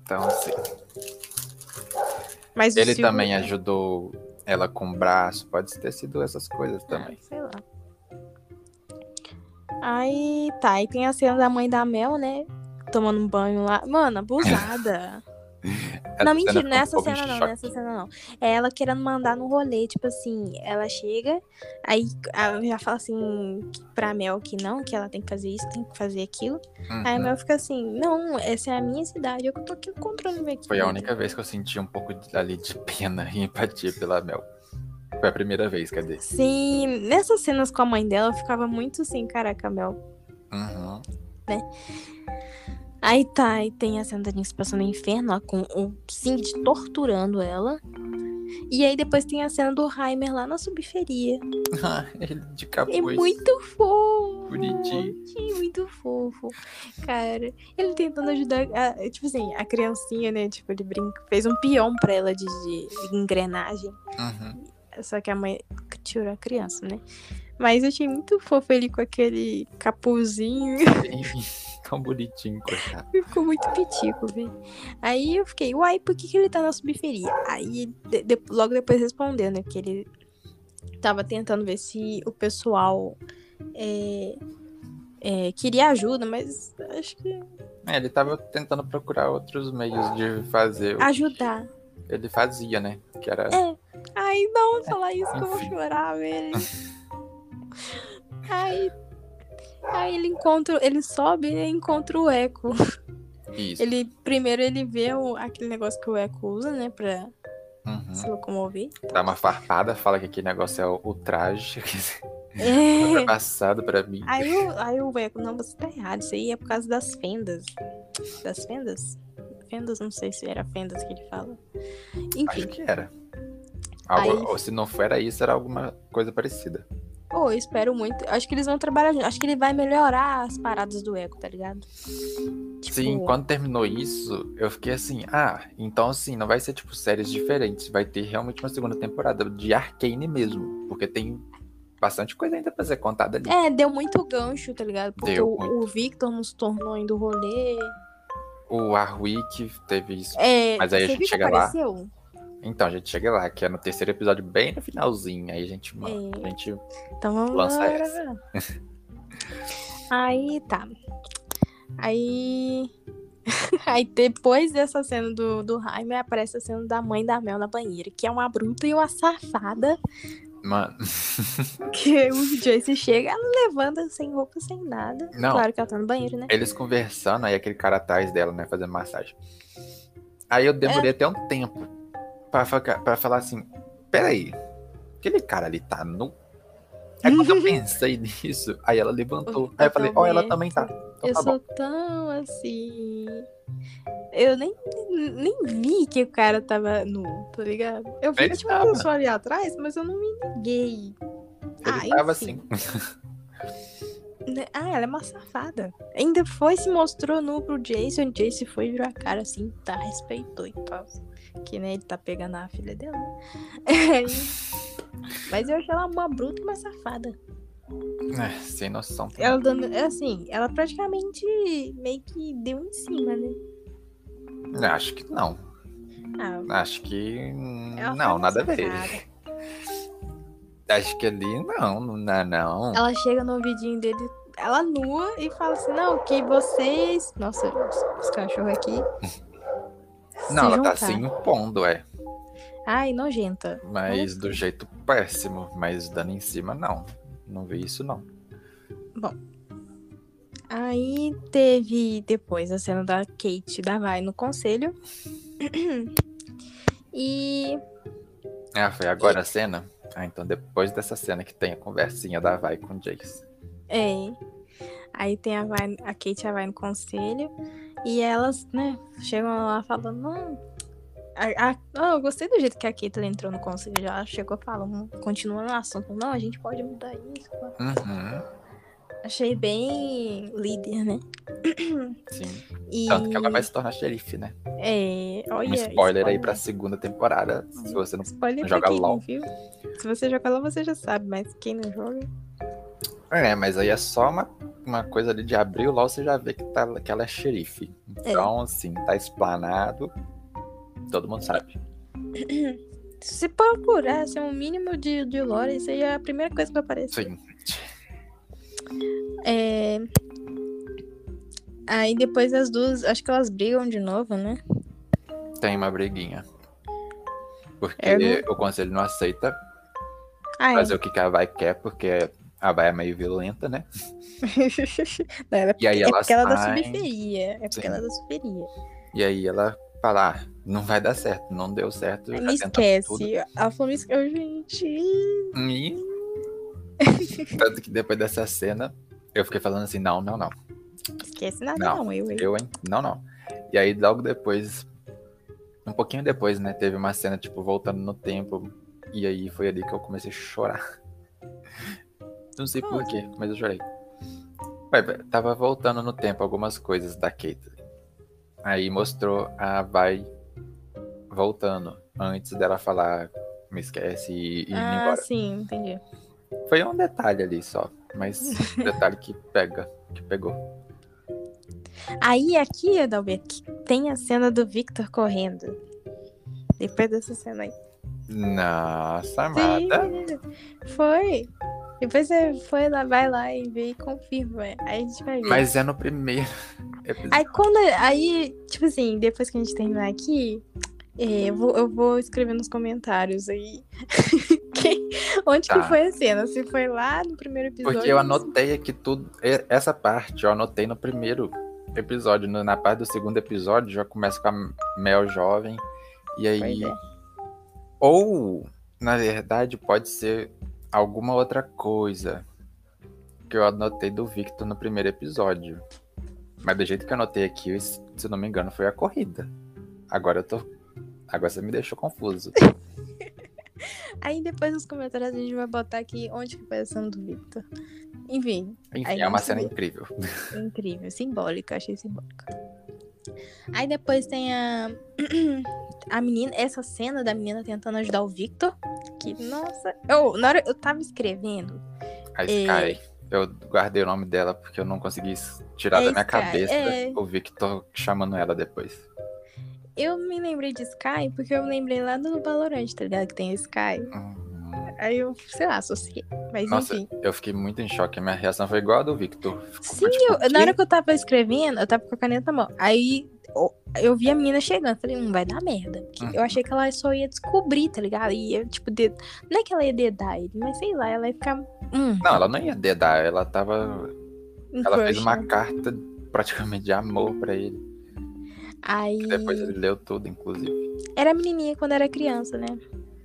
Então, assim. Mas o Ele Silvio- também ajudou ela com o braço. Pode ter sido essas coisas também. Ah, sei lá. Aí tá, aí tem a cena da mãe da Mel, né? Tomando um banho lá. Mano, abusada. Essa Não, cena mentira, ficou um nessa pouco em cena não, choque. nessa cena não. É ela querendo mandar no rolê, tipo assim, ela chega, aí ela já fala assim pra Mel que não, que ela tem que fazer isso, tem que fazer aquilo. Aí a Uhum. Mel fica assim, não, essa é a minha cidade, eu que tô aqui controlando minha Foi a vida. única vez que eu senti um pouco de- ali de pena e empatia pela Mel. Foi a primeira vez, cadê? Sim, nessas cenas com a mãe dela, eu ficava muito assim, caraca, Mel. Uhum. Aí tá, aí tem a cena da Jinx passando no inferno, lá com o Cindy torturando ela. E aí depois tem a cena do Heimer lá na subferia. Ele de É capuz. muito fofo. Bonitinho. É muito fofo. Cara, ele tentando ajudar. A, tipo assim, a criancinha, né? Tipo, ele brinca, fez um peão pra ela de, de engrenagem. Uhum. Só que a mãe tirou a criança, né? Mas eu achei muito fofo ele com aquele capuzinho. Tão bonitinho, coitado. Ficou muito pitico, velho. Aí eu fiquei, uai, por que, que ele tá na subferia? Aí ele de- de- logo depois respondeu, né? Que ele tava tentando ver se o pessoal é, é, queria ajuda, mas acho que É, ele tava tentando procurar outros meios de fazer o ajudar. que ele fazia, né? Que era. É. Ai, não, falar isso que eu vou Enfim. chorar, velho. Aí, aí ele encontra, ele sobe e encontra o Echo. Isso. Ele, primeiro ele vê o, aquele negócio que o Echo usa, né, pra Uhum. se locomover. Dá uma farpada, fala que aquele negócio é o, o traje. É. Passado pra mim. Aí o, aí o Echo, não, você tá errado, isso aí é por causa das fendas. Das fendas? Fendas, não sei se era fendas que ele fala. Enfim. Acho que era. Algo- Aí- Ou se não for era isso, era alguma coisa parecida. Pô, eu espero muito. Acho que eles vão trabalhar junto. Acho que ele vai melhorar as paradas do Echo, tá ligado? Tipo, Sim, quando terminou isso, eu fiquei assim, ah, então assim, não vai ser tipo séries diferentes, vai ter realmente uma segunda temporada de Arcane mesmo, porque tem bastante coisa ainda pra ser contada ali. É, deu muito gancho, tá ligado? Porque Deu o, muito. o Victor nos tornou ainda o rolê. O Warwick teve isso. É, Mas aí a você gente viu que chega lá. apareceu? Então, a gente chega lá, que é no terceiro episódio, bem no finalzinho. Aí a gente, É. a gente Então vamos lança lá. essa. Aí tá. Aí. Aí depois dessa cena do, do Jaime, aparece a cena da mãe da Mel na banheira, que é uma bruta e uma safada. Mano, Que o Joyce chega, ela levanta sem roupa, sem nada. Não. Claro que ela tá no banheiro, né? eles conversando, aí aquele cara atrás dela, né, fazendo massagem. Aí eu demorei até um tempo pra, fa- pra falar assim, peraí, aquele cara ali tá nu? Aí quando eu pensei nisso, aí ela levantou. Aí eu falei, ó, ela também tá. Então Eu tá bom. sou tão assim. Eu nem, nem vi que o cara tava nu, tá ligado? Eu vi Ele que tinha uma tava. pessoa ali atrás, mas eu não me liguei. Ele Ah, tava enfim. assim. Né? Ah, ela é uma safada. Ainda foi, se mostrou nu pro Jason. Jason foi virar a cara assim, tá, respeitou e tal. Que nem ele tá pegando a filha dela. Aí- Mas eu achei ela uma bruta e uma safada. É, sem noção. Ela dando. Assim, ela praticamente meio que deu em cima, né? Acho que não. Ah, Acho que. hum, ela foi Não, uma nada a ver. safada. Acho que ali não, não, não. Ela chega no ouvidinho dele, ela nua, e fala assim: não, que vocês. Nossa, os, os cachorros aqui. Não, ela tá juntar. se impondo, é. Ai, nojenta. Mas do jeito péssimo. Mas dando em cima, não. Não vi isso, não. Aí teve depois a cena da Kate da Vai no conselho. E. Ah, foi agora a cena? Ah, então depois dessa cena que tem a conversinha da Vai com o Jace. É. Aí tem a, Vai, a Kate e a Vai no conselho. E elas, né, chegam lá falando. Não, a, a, oh, eu gostei do jeito que a Kate entrou no conselho. Já chegou falando, continuando o assunto. Não, a gente pode mudar isso. Uhum, Achei bem líder, né? sim. E. Tanto que ela vai se tornar xerife, né? É, olha, Um spoiler aí pra segunda temporada. Se você não Spoiler não pra joga quem não LOL. viu. Se você joga LOL, você já sabe, mas quem não joga. É, mas aí é só uma uma coisa ali de abril, lá você já vê que, tá, que ela é xerife. Então, é. assim, tá explanado. Todo mundo sabe. Se procurar assim, um mínimo de, de lore, isso aí é a primeira coisa que vai aparecer. Sim. É... Aí depois as duas, acho que elas brigam de novo, né? Tem uma briguinha. Porque não... o conselho não aceita ah, fazer é. o que a Vai quer, porque a Vai é meio violenta, né? Não, é, e aí é porque ela é da saem... subferia. É porque Sim. ela é da subferia. E aí ela fala, ah, não vai dar certo, não deu certo. Aí já me esquece. Tudo. Ela falou, me esquece, gente. E... Tanto que depois dessa cena, eu fiquei falando assim, não, não, não. Esquece nada não, não, eu, hein? Eu, hein? Não, não. E aí logo depois, um pouquinho depois, né, teve uma cena, tipo, voltando no tempo. E aí foi ali que eu comecei a chorar. Não sei Como? porquê, mas eu chorei. Ué, tava voltando no tempo algumas coisas da Caitlyn. Aí mostrou a Vai voltando, antes dela falar, me esquece e, e ah, ir embora. sim, entendi. Foi um detalhe ali só, mas detalhe que pega, que pegou. Aí aqui, Adalberto, tem a cena do Victor correndo. Depois dessa cena aí. Nossa, amada. Sim, foi. Depois você foi lá, vai lá e vê e confirma. Aí a gente vai ver. Mas é no primeiro episódio. Aí quando. Aí, tipo assim, depois que a gente terminar aqui, é, eu, vou, eu vou escrever nos comentários aí. que, onde Tá. que foi a cena? Se foi lá no primeiro episódio. Porque eu anotei aqui tudo. Essa parte eu anotei no primeiro episódio. Na parte do segundo episódio já começa com a Mel jovem. E aí. É. Ou, na verdade, pode ser alguma outra coisa que eu anotei do Victor no primeiro episódio. Mas do jeito que eu anotei aqui, se não me engano, foi a corrida. Agora eu tô. Agora você me deixou confuso. Aí depois nos comentários a gente vai botar aqui onde que foi a cena do Victor. Enfim. Enfim, é uma cena vê. incrível. Incrível, simbólica, achei simbólica. Aí depois tem a. A menina, essa cena da menina tentando ajudar o Victor. Que, nossa. Eu, na hora eu tava escrevendo. A Sky. É... Eu guardei o nome dela porque eu não consegui tirar é da minha Sky, cabeça é... o Victor chamando ela depois. Eu me lembrei de Sky porque eu me lembrei lá do Valorant, tá ligado? Que tem Sky. Uhum. Aí eu, sei lá, associei. Mas Nossa, enfim. Eu fiquei muito em choque. A minha reação foi igual a do Victor. Ficou, Sim, tipo, eu, na hora que eu tava escrevendo, eu tava com a caneta na mão. Aí eu, eu vi a menina chegando. Falei, não, vai dar merda. Uhum. Eu achei que ela só ia descobrir, tá ligado? Ia, tipo, ded... não é que ela ia dedar ele, mas sei lá, ela ia ficar. Hum. Não, ela não ia dedar, ela tava. Um ela crush, fez uma né? carta praticamente de amor pra ele. Aí... Depois ele leu tudo, inclusive. Era menininha quando era criança, né?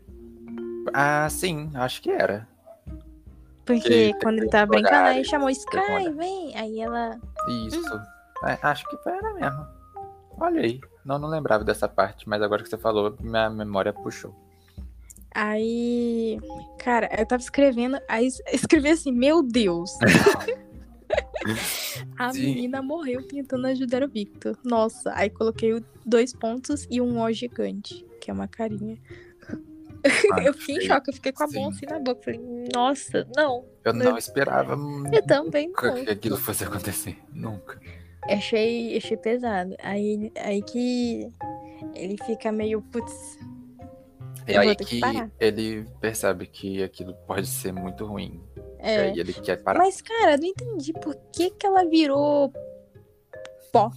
Ah, sim, acho que era. Porque que quando ele tava brincando, aí chamou Sky, vem. Aí ela... Isso. Hum. É, acho que era mesmo. Olha aí. Não, não lembrava dessa parte, mas agora que você falou, minha memória puxou. Aí... Cara, eu tava escrevendo, aí escrevi assim, meu Deus. A Sim. menina morreu tentando ajudar o Victor. Nossa, aí coloquei dois pontos e um O gigante, que é uma carinha. Ah, eu fiquei em choque, eu fiquei com a Sim. mão assim na boca. Falei, nossa, não. Eu não eu... esperava eu também nunca não. que aquilo fosse acontecer. Nunca. Achei, achei pesado. Aí, aí que ele fica meio, putz. É aí que, que ele percebe que aquilo pode ser muito ruim. É. E aí ele quer parar. Mas, cara, eu não entendi por que, que ela virou pó.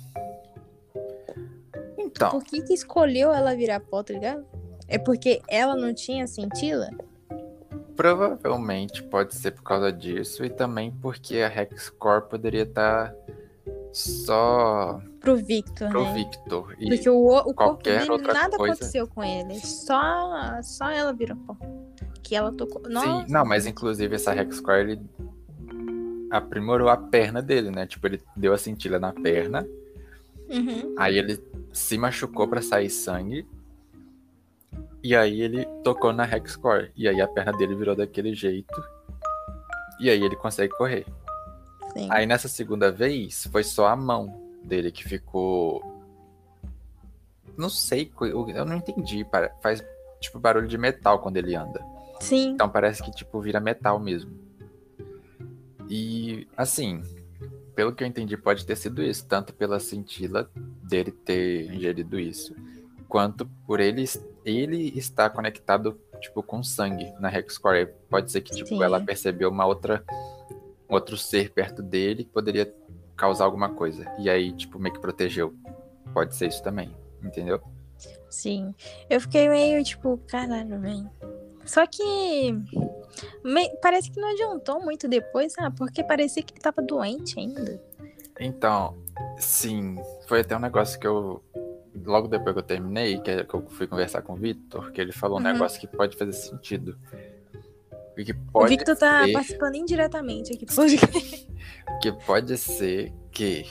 Então. Por que, que escolheu ela virar pó, tá ligado? É porque ela não tinha sentila? Provavelmente pode ser por causa disso. E também porque a Hexcore poderia estar só... Pro Victor, pro né? Victor. E porque o, o corpo dele, outra nada coisa... aconteceu com ele. Só, só ela virou pó. Que ela tocou. Nossa, Sim, não, mas inclusive essa Hexcore, ele aprimorou a perna dele, né? Tipo, ele deu a cintila na perna. Uhum. Aí ele se machucou pra sair sangue. E aí ele tocou na Hexcore. E aí a perna dele virou daquele jeito. E aí ele consegue correr. Sim. Aí nessa segunda vez, foi só a mão dele que ficou... Não sei, eu não entendi. Faz tipo barulho de metal quando ele anda. Sim. Então parece que, tipo, vira metal mesmo. E, assim, pelo que eu entendi, pode ter sido isso. Tanto pela cintila dele ter ingerido isso, quanto por ele, ele estar conectado, tipo, com sangue na Hexcore. Pode ser que, tipo, Sim. ela percebeu uma outra, outro ser perto dele que poderia causar alguma coisa. E aí, tipo, meio que protegeu. Pode ser isso também, entendeu? Sim. Eu fiquei meio, tipo, caralho, velho. Só que me- parece que não adiantou muito depois, sabe? Porque parecia que ele tava doente ainda. Então, sim, foi até um negócio que eu, logo depois que eu terminei, que eu fui conversar com o Vitor, que ele falou um Uhum. negócio que pode fazer sentido. E que O pode Victor tá ser, participando indiretamente aqui do podcast. que pode ser que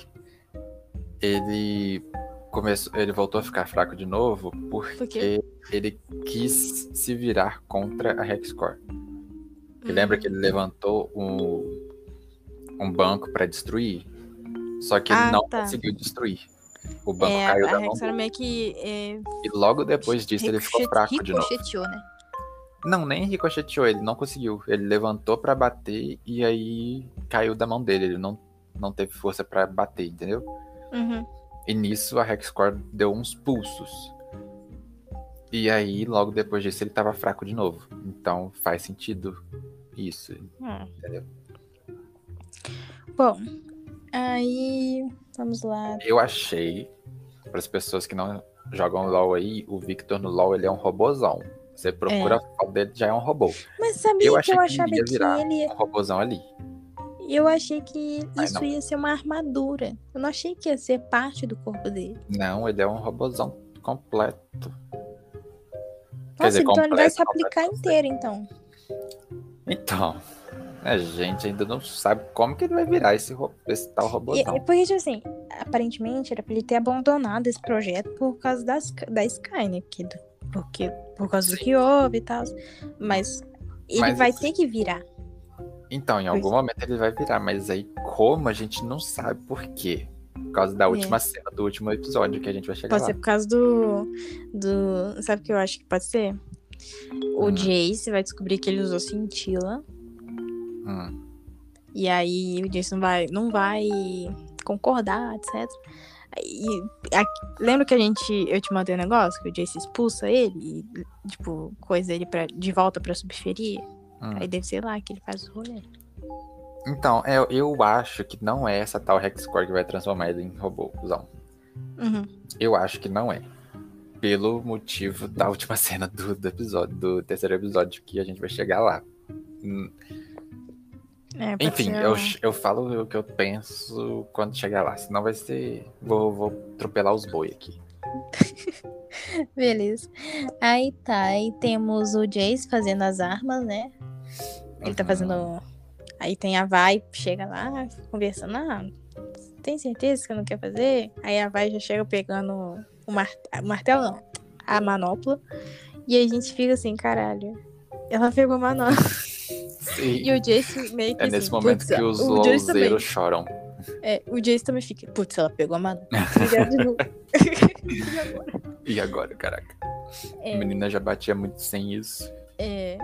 ele começou, ele voltou a ficar fraco de novo porque Por quê? ele quis se virar contra a Hexcore. Você Hum. lembra que ele levantou um, um banco para destruir? Só que ele Ah, não tá. conseguiu destruir. O banco É, caiu a da mão Hexora dele. meio que é, E logo depois disso ele ficou ricochet- fraco de novo. ricocheteou, né? Não, nem ricocheteou, ele não conseguiu. Ele levantou pra bater e aí caiu da mão dele. Ele não, não teve força pra bater, entendeu? Uhum. E nisso a Hexcore deu uns pulsos. E aí, logo depois disso, ele tava fraco de novo. Então faz sentido isso, Hum. entendeu? Bom, aí vamos lá. Eu achei, para as pessoas que não jogam LoL aí, o Victor no LoL ele é um robozão. Você procura É. a foto dele, já é um robô. Mas sabia Eu que achei eu que achava ele ia que virar ele. um robozão ali. Eu achei que Mas isso não. ia ser uma armadura. Eu não achei que ia ser parte do corpo dele. Não, ele é um robozão completo. Quer Nossa, dizer, então ele vai completo, se aplicar completo, inteiro, então. Então, a gente ainda não sabe como que ele vai virar esse, ro- esse tal E, robozão. e porque, tipo assim, aparentemente era pra ele ter abandonado esse projeto por causa das, da Sky, né? Que, do- porque, por causa do Sim. que houve e tal. Mas ele Mas vai esse- ter que virar. Então, em algum Pois. momento ele vai virar, mas aí como a gente não sabe por quê. Por causa da última É. cena do último episódio que a gente vai chegar Pode lá. ser por causa do. do. Sabe o que eu acho que pode ser? O Hum. Jace vai descobrir que ele usou cintila. Hum. E aí o Jace não vai, não vai concordar, etcétera. E, a- lembra que a gente. Eu te mandei um negócio? Que o Jace expulsa ele e, tipo, coisa ele pra, de volta pra subferir. Hum. Aí deve ser lá que ele faz o rolê. Então, é, eu acho que não é essa tal Hexcore que vai transformar ele em robôzão. Uhum. Eu acho que não é. Pelo motivo da última cena do, do episódio, do terceiro episódio, que a gente vai chegar lá. Hum, É, pode Enfim, ser eu, um- eu falo o que eu penso quando chegar lá. Senão vai ser. Vou, vou atropelar os boi aqui. Beleza. Aí tá, aí temos o Jace fazendo as armas, né? Ele tá Uhum. fazendo. Aí tem a Vai, chega lá, conversando. Ah, tem certeza que não quer fazer? Aí a Vai já chega pegando o, mar... o martelo, não, a manopla. E aí a gente fica assim, caralho. Ela pegou a manopla. Sim. E o Jace meio que É assim, nesse momento putz, que os o Jace também. louzeiros choram. É, o Jace também fica, putz, ela pegou a manopla. Obrigado de novo. E agora? E agora, caraca? É. A menina já batia muito sem isso. É.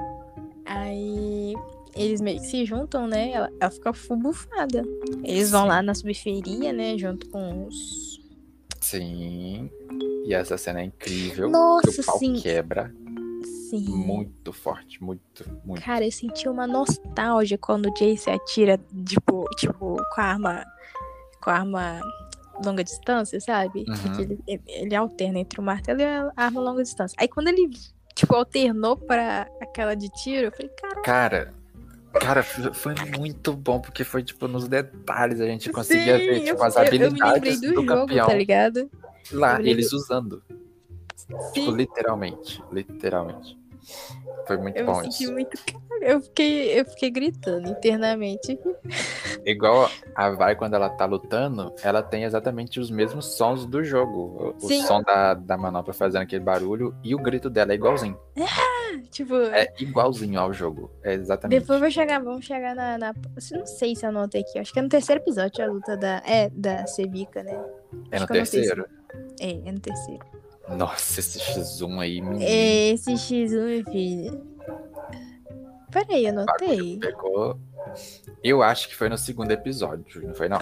Aí eles meio que se juntam, né? Ela, ela fica full bufada. Eles vão Sim. lá na subferia, né? Junto com os. Sim. E essa cena é incrível. Nossa, que o pau sim. quebra. Sim. Muito forte, muito, muito. Cara, eu senti uma nostalgia quando o Jace atira, tipo, tipo, com a arma. Com a arma longa distância, sabe? Uhum. Porque ele, ele, ele alterna entre o martelo e a arma longa distância. Aí quando ele, tipo, alternou pra aquela de tiro, eu falei, cara. Cara, cara, foi foi muito bom, porque foi, tipo, nos detalhes a gente conseguia Sim, ver, tipo, eu, as eu, eu me lembrei habilidades do, do, jogo, campeão tá ligado? lá, eu me lembrei- eles usando. Tipo, Sim. literalmente, literalmente. Foi muito Eu bom me senti isso. muito. Eu fiquei, eu fiquei gritando internamente. Igual a Vai, quando ela tá lutando, ela tem exatamente os mesmos sons do jogo. O, o Sim. som da, da manopla fazendo aquele barulho e o grito dela é igualzinho. Tipo, É igualzinho ao jogo. É exatamente. depois vai chegar, vamos chegar na, na. Não sei se eu anotei aqui. Acho que é no terceiro episódio a luta da. É, da Sevica, né? É Acho no que eu anotei terceiro? isso. É, é no terceiro. Nossa, esse X um aí, menino. É esse X um, meu filho. Peraí, eu O bagulho anotei. pegou. Eu acho que foi no segundo episódio, não foi não?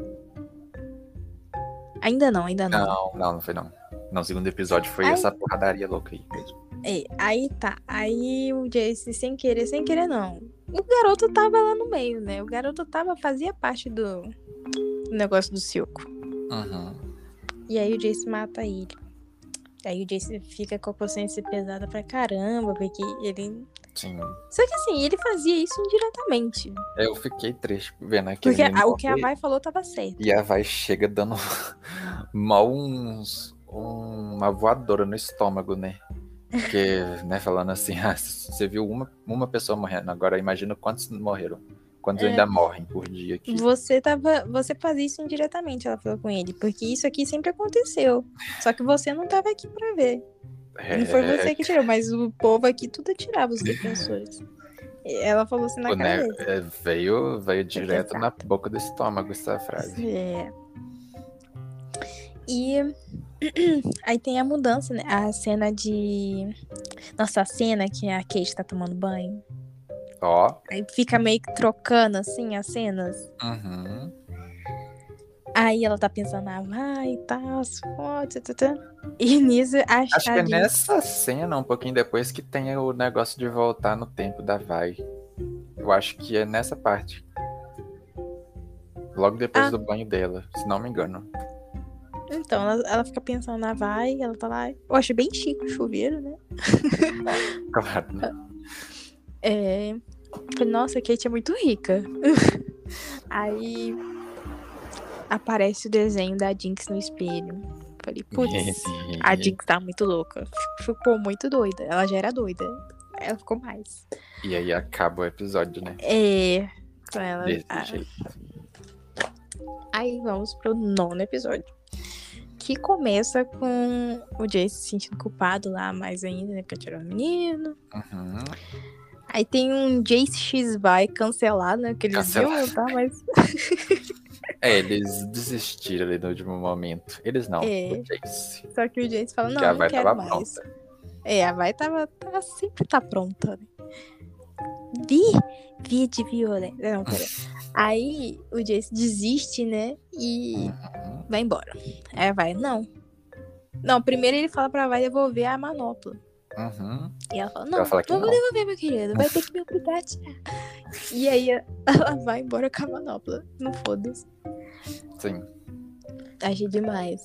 Ainda não, ainda não. Não, não, não foi não. Não, o segundo episódio foi Ai. essa porradaria louca aí mesmo. É, aí tá. Aí o Jace, sem querer, sem querer, não. O garoto tava lá no meio, né? O garoto tava, fazia parte do, do negócio do circo. Uhum. E aí o Jace mata ele. Aí o Jace fica com a consciência pesada pra caramba, porque ele. Sim. Só que assim, ele fazia isso indiretamente. Eu fiquei triste vendo aquele Porque menino a- o que a morrer, Vai falou tava certo. e a Vai chega dando mal uns, um- uma voadora no estômago, né? Porque, né, falando assim, ah, você viu uma, uma pessoa morrendo, agora imagina quantos morreram. Quantos É. ainda morrem por dia aqui. Você tava. Você fazia isso indiretamente, ela falou com ele. Porque isso aqui sempre aconteceu. Só que você não tava aqui pra ver. Não foi É, você que tirou, mas o povo aqui tudo tirava os defensores. E ela falou assim na o cara ne- dele. é, veio, veio direto na Exato. boca do estômago essa frase. É. E aí tem a mudança, né? A cena de. Nossa, a cena que a Kate tá tomando banho. Ó. Aí fica meio que trocando assim as cenas. Uhum. Aí ela tá pensando, ah, vai e tal, foda, tá, tá. E nisso a, Acho a que é Jinx- nessa cena, um pouquinho depois, que tem o negócio de voltar no tempo da Vai. Eu acho que é nessa parte. Logo depois Ah. do banho dela, se não me engano. Então, ela, ela fica pensando, ah, vai, ela tá lá. Eu acho bem chique o chuveiro, né? Claro, né? É. Falei, nossa, a Kate é muito rica. Aí aparece o desenho da Jinx no espelho. Falei, putz, a Jinx tá muito louca. Ficou muito doida. Ela já era doida. Ela ficou mais. E aí acaba o episódio, né? É. Com ela. Desse ah, jeito. Aí vamos pro nono episódio. Que começa com o Jace se sentindo culpado lá mais ainda, né? Porque atirou o menino. Uhum. Aí tem um Jace X-Vai cancelado, né? Que eles Cancelado. iam lutar, mas. É, eles desistiram ali no último momento. Eles não, É. o Jace. Só que o Jace fala, Que não, a não Vai quero tava mais. pronta. É, a Vai tava, tava sempre tá pronta, né? Vi, vi de violência. Não, pera. Aí o Jace desiste, né? E Uhum. vai embora. Aí a Vai, não. Não, primeiro ele fala pra Vai devolver a manopla. Uhum. E ela fala, não, Ela fala que não vou não. devolver, meu querido. Vai ter que me obrigar a tirar. E aí ela vai embora com a manopla. Não foda-se. Sim. Achei demais.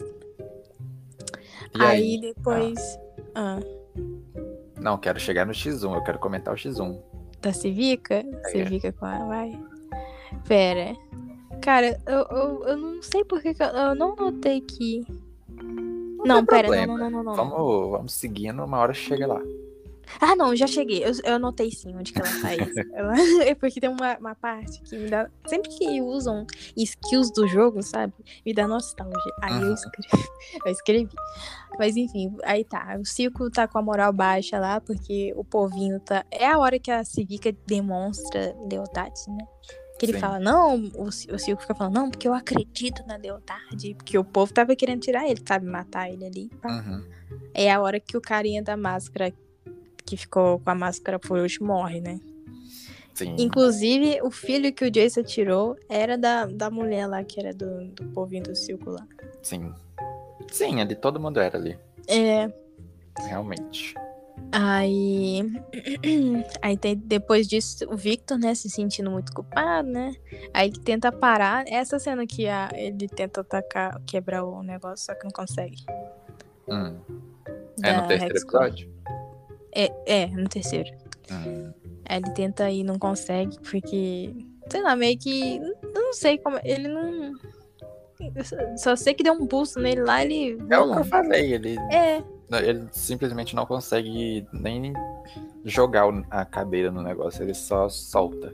E aí, aí? depois. Ah. Não, quero chegar no X um, eu quero comentar o X um. Da Civica? Civica com a Vai. Pera. Cara, eu, eu, eu não sei porque que eu, eu não notei que. Não, Não, tem pera, não, problema. não, não, não, não. Vamos, vamos seguindo, uma hora chega lá. Ah, não, já cheguei. Eu, eu notei sim onde que ela faz. ela... É porque tem uma, uma parte que me dá. Sempre que usam skills do jogo, sabe? Me dá nostalgia. Aí eu Uhum. escrevi. eu escrevi. Mas enfim, aí tá. O Circo tá com a moral baixa lá, porque o povinho tá. É a hora que a Civica demonstra lealdade, né? Que ele Sim. fala, não, o, o Circo fica falando, não, porque eu acredito na lealdade. Porque o povo tava querendo tirar ele, sabe? Matar ele ali. Pá. Uhum. É a hora que o carinha da máscara, que ficou com a máscara por hoje, morre, né? Sim. Inclusive, o filho que o Jace atirou era da, da mulher lá, que era do, do povinho do circo lá. Sim. Sim, ali todo mundo era ali. É. Realmente. Aí. Aí tem, depois disso, o Victor, né, se sentindo muito culpado, né? Aí ele tenta parar. Essa cena que a, ele tenta atacar, quebrar o negócio, só que não consegue. Hum. É Da no terceiro Hexcore. episódio? É, é, no terceiro. Hum. Aí ele tenta ir, não consegue, porque. Sei lá, meio que. Eu não sei como. Ele não. Eu só- só sei que deu um pulso nele lá, ele É o voou que eu longe. falei, ele, É, ele simplesmente não consegue nem jogar o- a cadeira no negócio, ele só solta.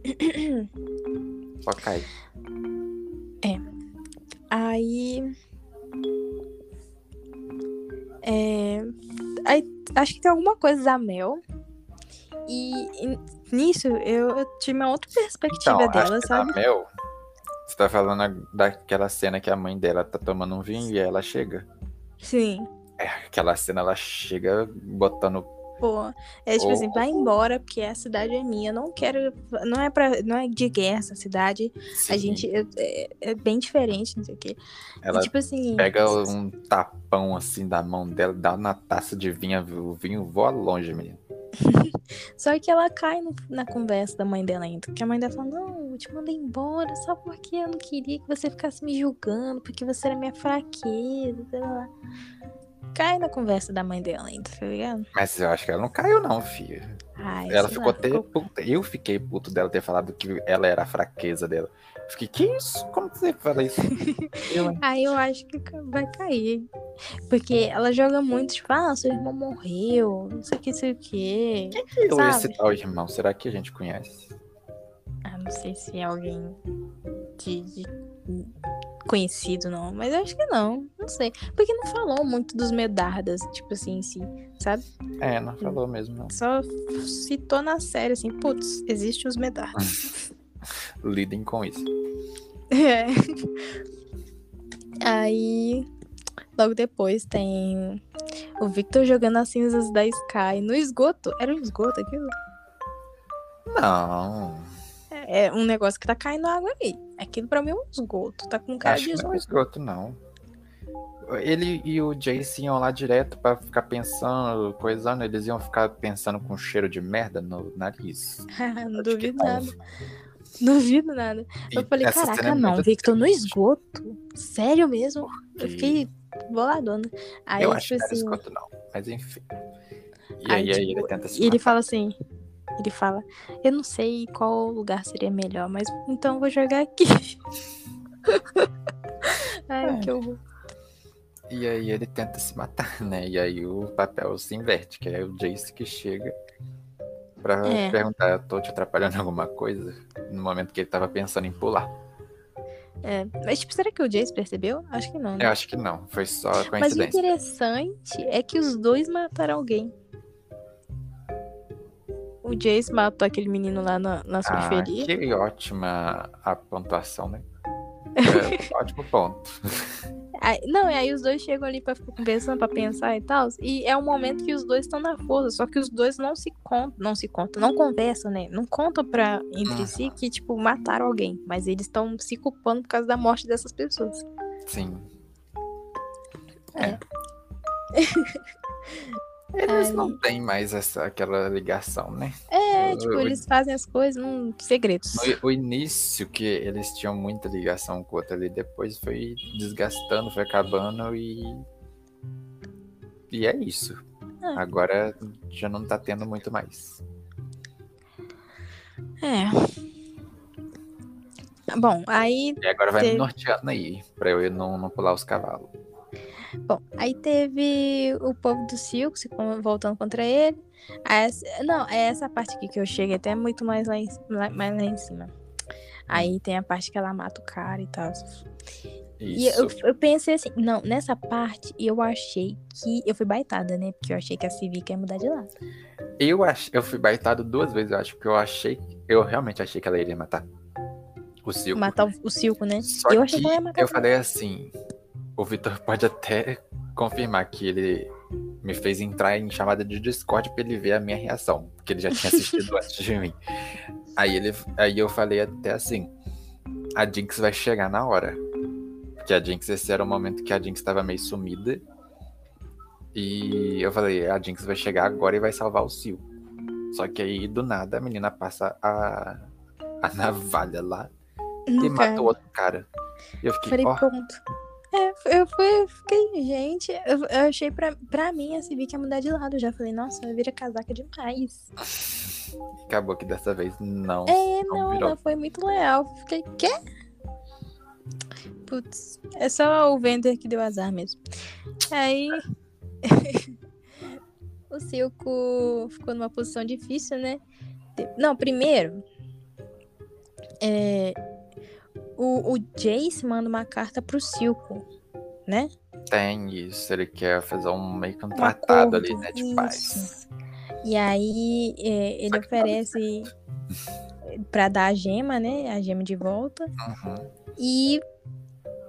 Só cai. aí. É, aí acho que tem alguma coisa da Mel. E, e nisso eu, eu tive uma outra perspectiva Então, dela, acho que sabe? na Mel, você tá falando a- daquela cena que a mãe dela tá tomando um vinho e ela chega. Sim. É, aquela cena ela chega botando pô. É tipo Ou, assim, vai embora, porque a cidade é minha. Eu não quero. Não é pra, não é de guerra essa cidade. A sim, gente é, é- é bem diferente, não sei o quê. E ela tipo assim. pega um tapão assim da mão dela, dá na taça de vinho, o vinho voa longe, menino. Só que ela cai no- na conversa da mãe dela ainda. Porque a mãe dela fala, não, eu te mandei embora só porque eu não queria que você ficasse me julgando, porque você era minha fraqueza, sei lá. Cai na conversa da mãe dela ainda, tá ligado? Mas eu acho que ela não caiu, não, filho. Ai, Ela sei ficou lá, até ficou. puta. Eu fiquei puto dela ter falado que ela era a fraqueza dela. Eu fiquei, que isso? Como que você fala isso? Eu, hein? Aí eu acho que ca- vai cair. Porque ela joga muito, tipo, ah, seu irmão morreu, não sei o que, não sei o que, Eu, esse sabe? tal irmão, será que a gente conhece? Ah, não sei se é alguém de, de conhecido, não. Mas eu acho que não, não sei. Porque não falou muito dos Medardas, tipo assim, em si, sabe? É, não falou mesmo, não. Só citou na série, assim, putz, existem os Medardas. Lidem com isso. É. Aí, logo depois tem o Victor jogando as cinzas da Sky no esgoto. Era um esgoto aquilo? Não, É é um negócio que tá caindo água ali. Aquilo pra mim é um esgoto. Tá com cara acho de que não é esgoto. esgoto, não. Ele e o Jace iam lá direto pra ficar pensando, coisando, eles iam ficar pensando com cheiro de merda no nariz. Não Acho que duvido não. nada. Duvido nada. Eu E falei, essa cena caraca, é não, muito Victor no triste, esgoto? Sério mesmo? Eu que fiquei boladona. eu Aí, acho tipo que não era assim. esgoto, não. Mas enfim. E Aí, aí, aí ele tipo, tenta se ele matar. fala assim. Ele fala, eu não sei qual lugar seria melhor, mas então eu vou jogar aqui. Ai, que É. horror. E aí ele tenta se matar, né? E aí o papel se inverte, que é o Jace que chega pra É. perguntar, eu tô te atrapalhando em alguma coisa? No momento que ele tava pensando em pular. É. Mas, tipo, será que o Jace percebeu? Acho que não, Eu né? acho que não, foi só Mas o coincidência. interessante é que os dois mataram alguém. O Jace matou aquele menino lá na, nas Ah, periferias. que ótima a pontuação, né? É, ótimo ponto. Aí- não, e aí os dois chegam ali pra ficar conversando, pra pensar e tal. E é um momento que os dois estão na força. Só que os dois não se contam, não se contam, não conversam, né? Não contam pra, entre si Hum, que, tipo, mataram alguém. Mas eles estão se culpando por causa da morte dessas pessoas. sim. É. É. Eles não Aí, têm mais essa, aquela ligação, né? é, tipo, O, eles fazem as coisas, hum, segredos. o, o início que eles tinham muita ligação com o outro ali, depois foi desgastando, foi acabando e. E é isso. É. Agora já não tá tendo muito mais. É. Bom, aí E agora vai me teve. norteando aí, pra eu não, não pular os cavalos. Bom, aí teve o povo do circo se con- voltando contra ele. Aí essa- não, é essa parte aqui que eu cheguei até muito mais lá em, lá- mais lá em cima. Aí Hum, tem a parte que ela mata o cara e tal. E eu, isso. eu pensei assim, não, nessa parte eu achei que. Eu fui baitada, né? Porque eu achei que a Civica ia mudar de lado. Eu, ach... eu fui baitado duas vezes, eu acho, porque eu achei. Eu realmente achei que ela iria matar o Silco. Matar o, o circo, né? Só Eu achei que que ela ia matar eu também. falei assim: o Vitor pode até confirmar que ele me fez entrar em chamada de Discord pra ele ver a minha reação, porque ele já tinha assistido antes de mim. Aí, ele... Aí eu falei até assim: a Jinx vai chegar na hora. Porque a Jinx, esse era o momento que a Jinx estava meio sumida. E eu falei: a Jinx vai chegar agora e vai salvar o Silco. Só que aí, do nada, a menina passa a, a navalha lá e No mata cara. o outro cara. E eu fiquei, Falei, ó, pronto. É, eu, fui, eu fiquei, gente, eu, eu achei pra, pra mim a Civic ia mudar de lado. Eu já falei, nossa, vai virar casaca demais. acabou que dessa vez não, É, não não, virou. ela foi muito leal. Fiquei, quê? Putz, é só o Vender que deu azar mesmo. Aí, o Silco ficou numa posição difícil, né? Não, primeiro, é, o, o Jace manda uma carta pro Silco, né? Tem isso, ele quer fazer um meio que um Um tratado acordo, ali, né, de isso. paz. E aí, é, ele Só que não dá oferece pra dar a gema, né? A gema de volta. Uhum. E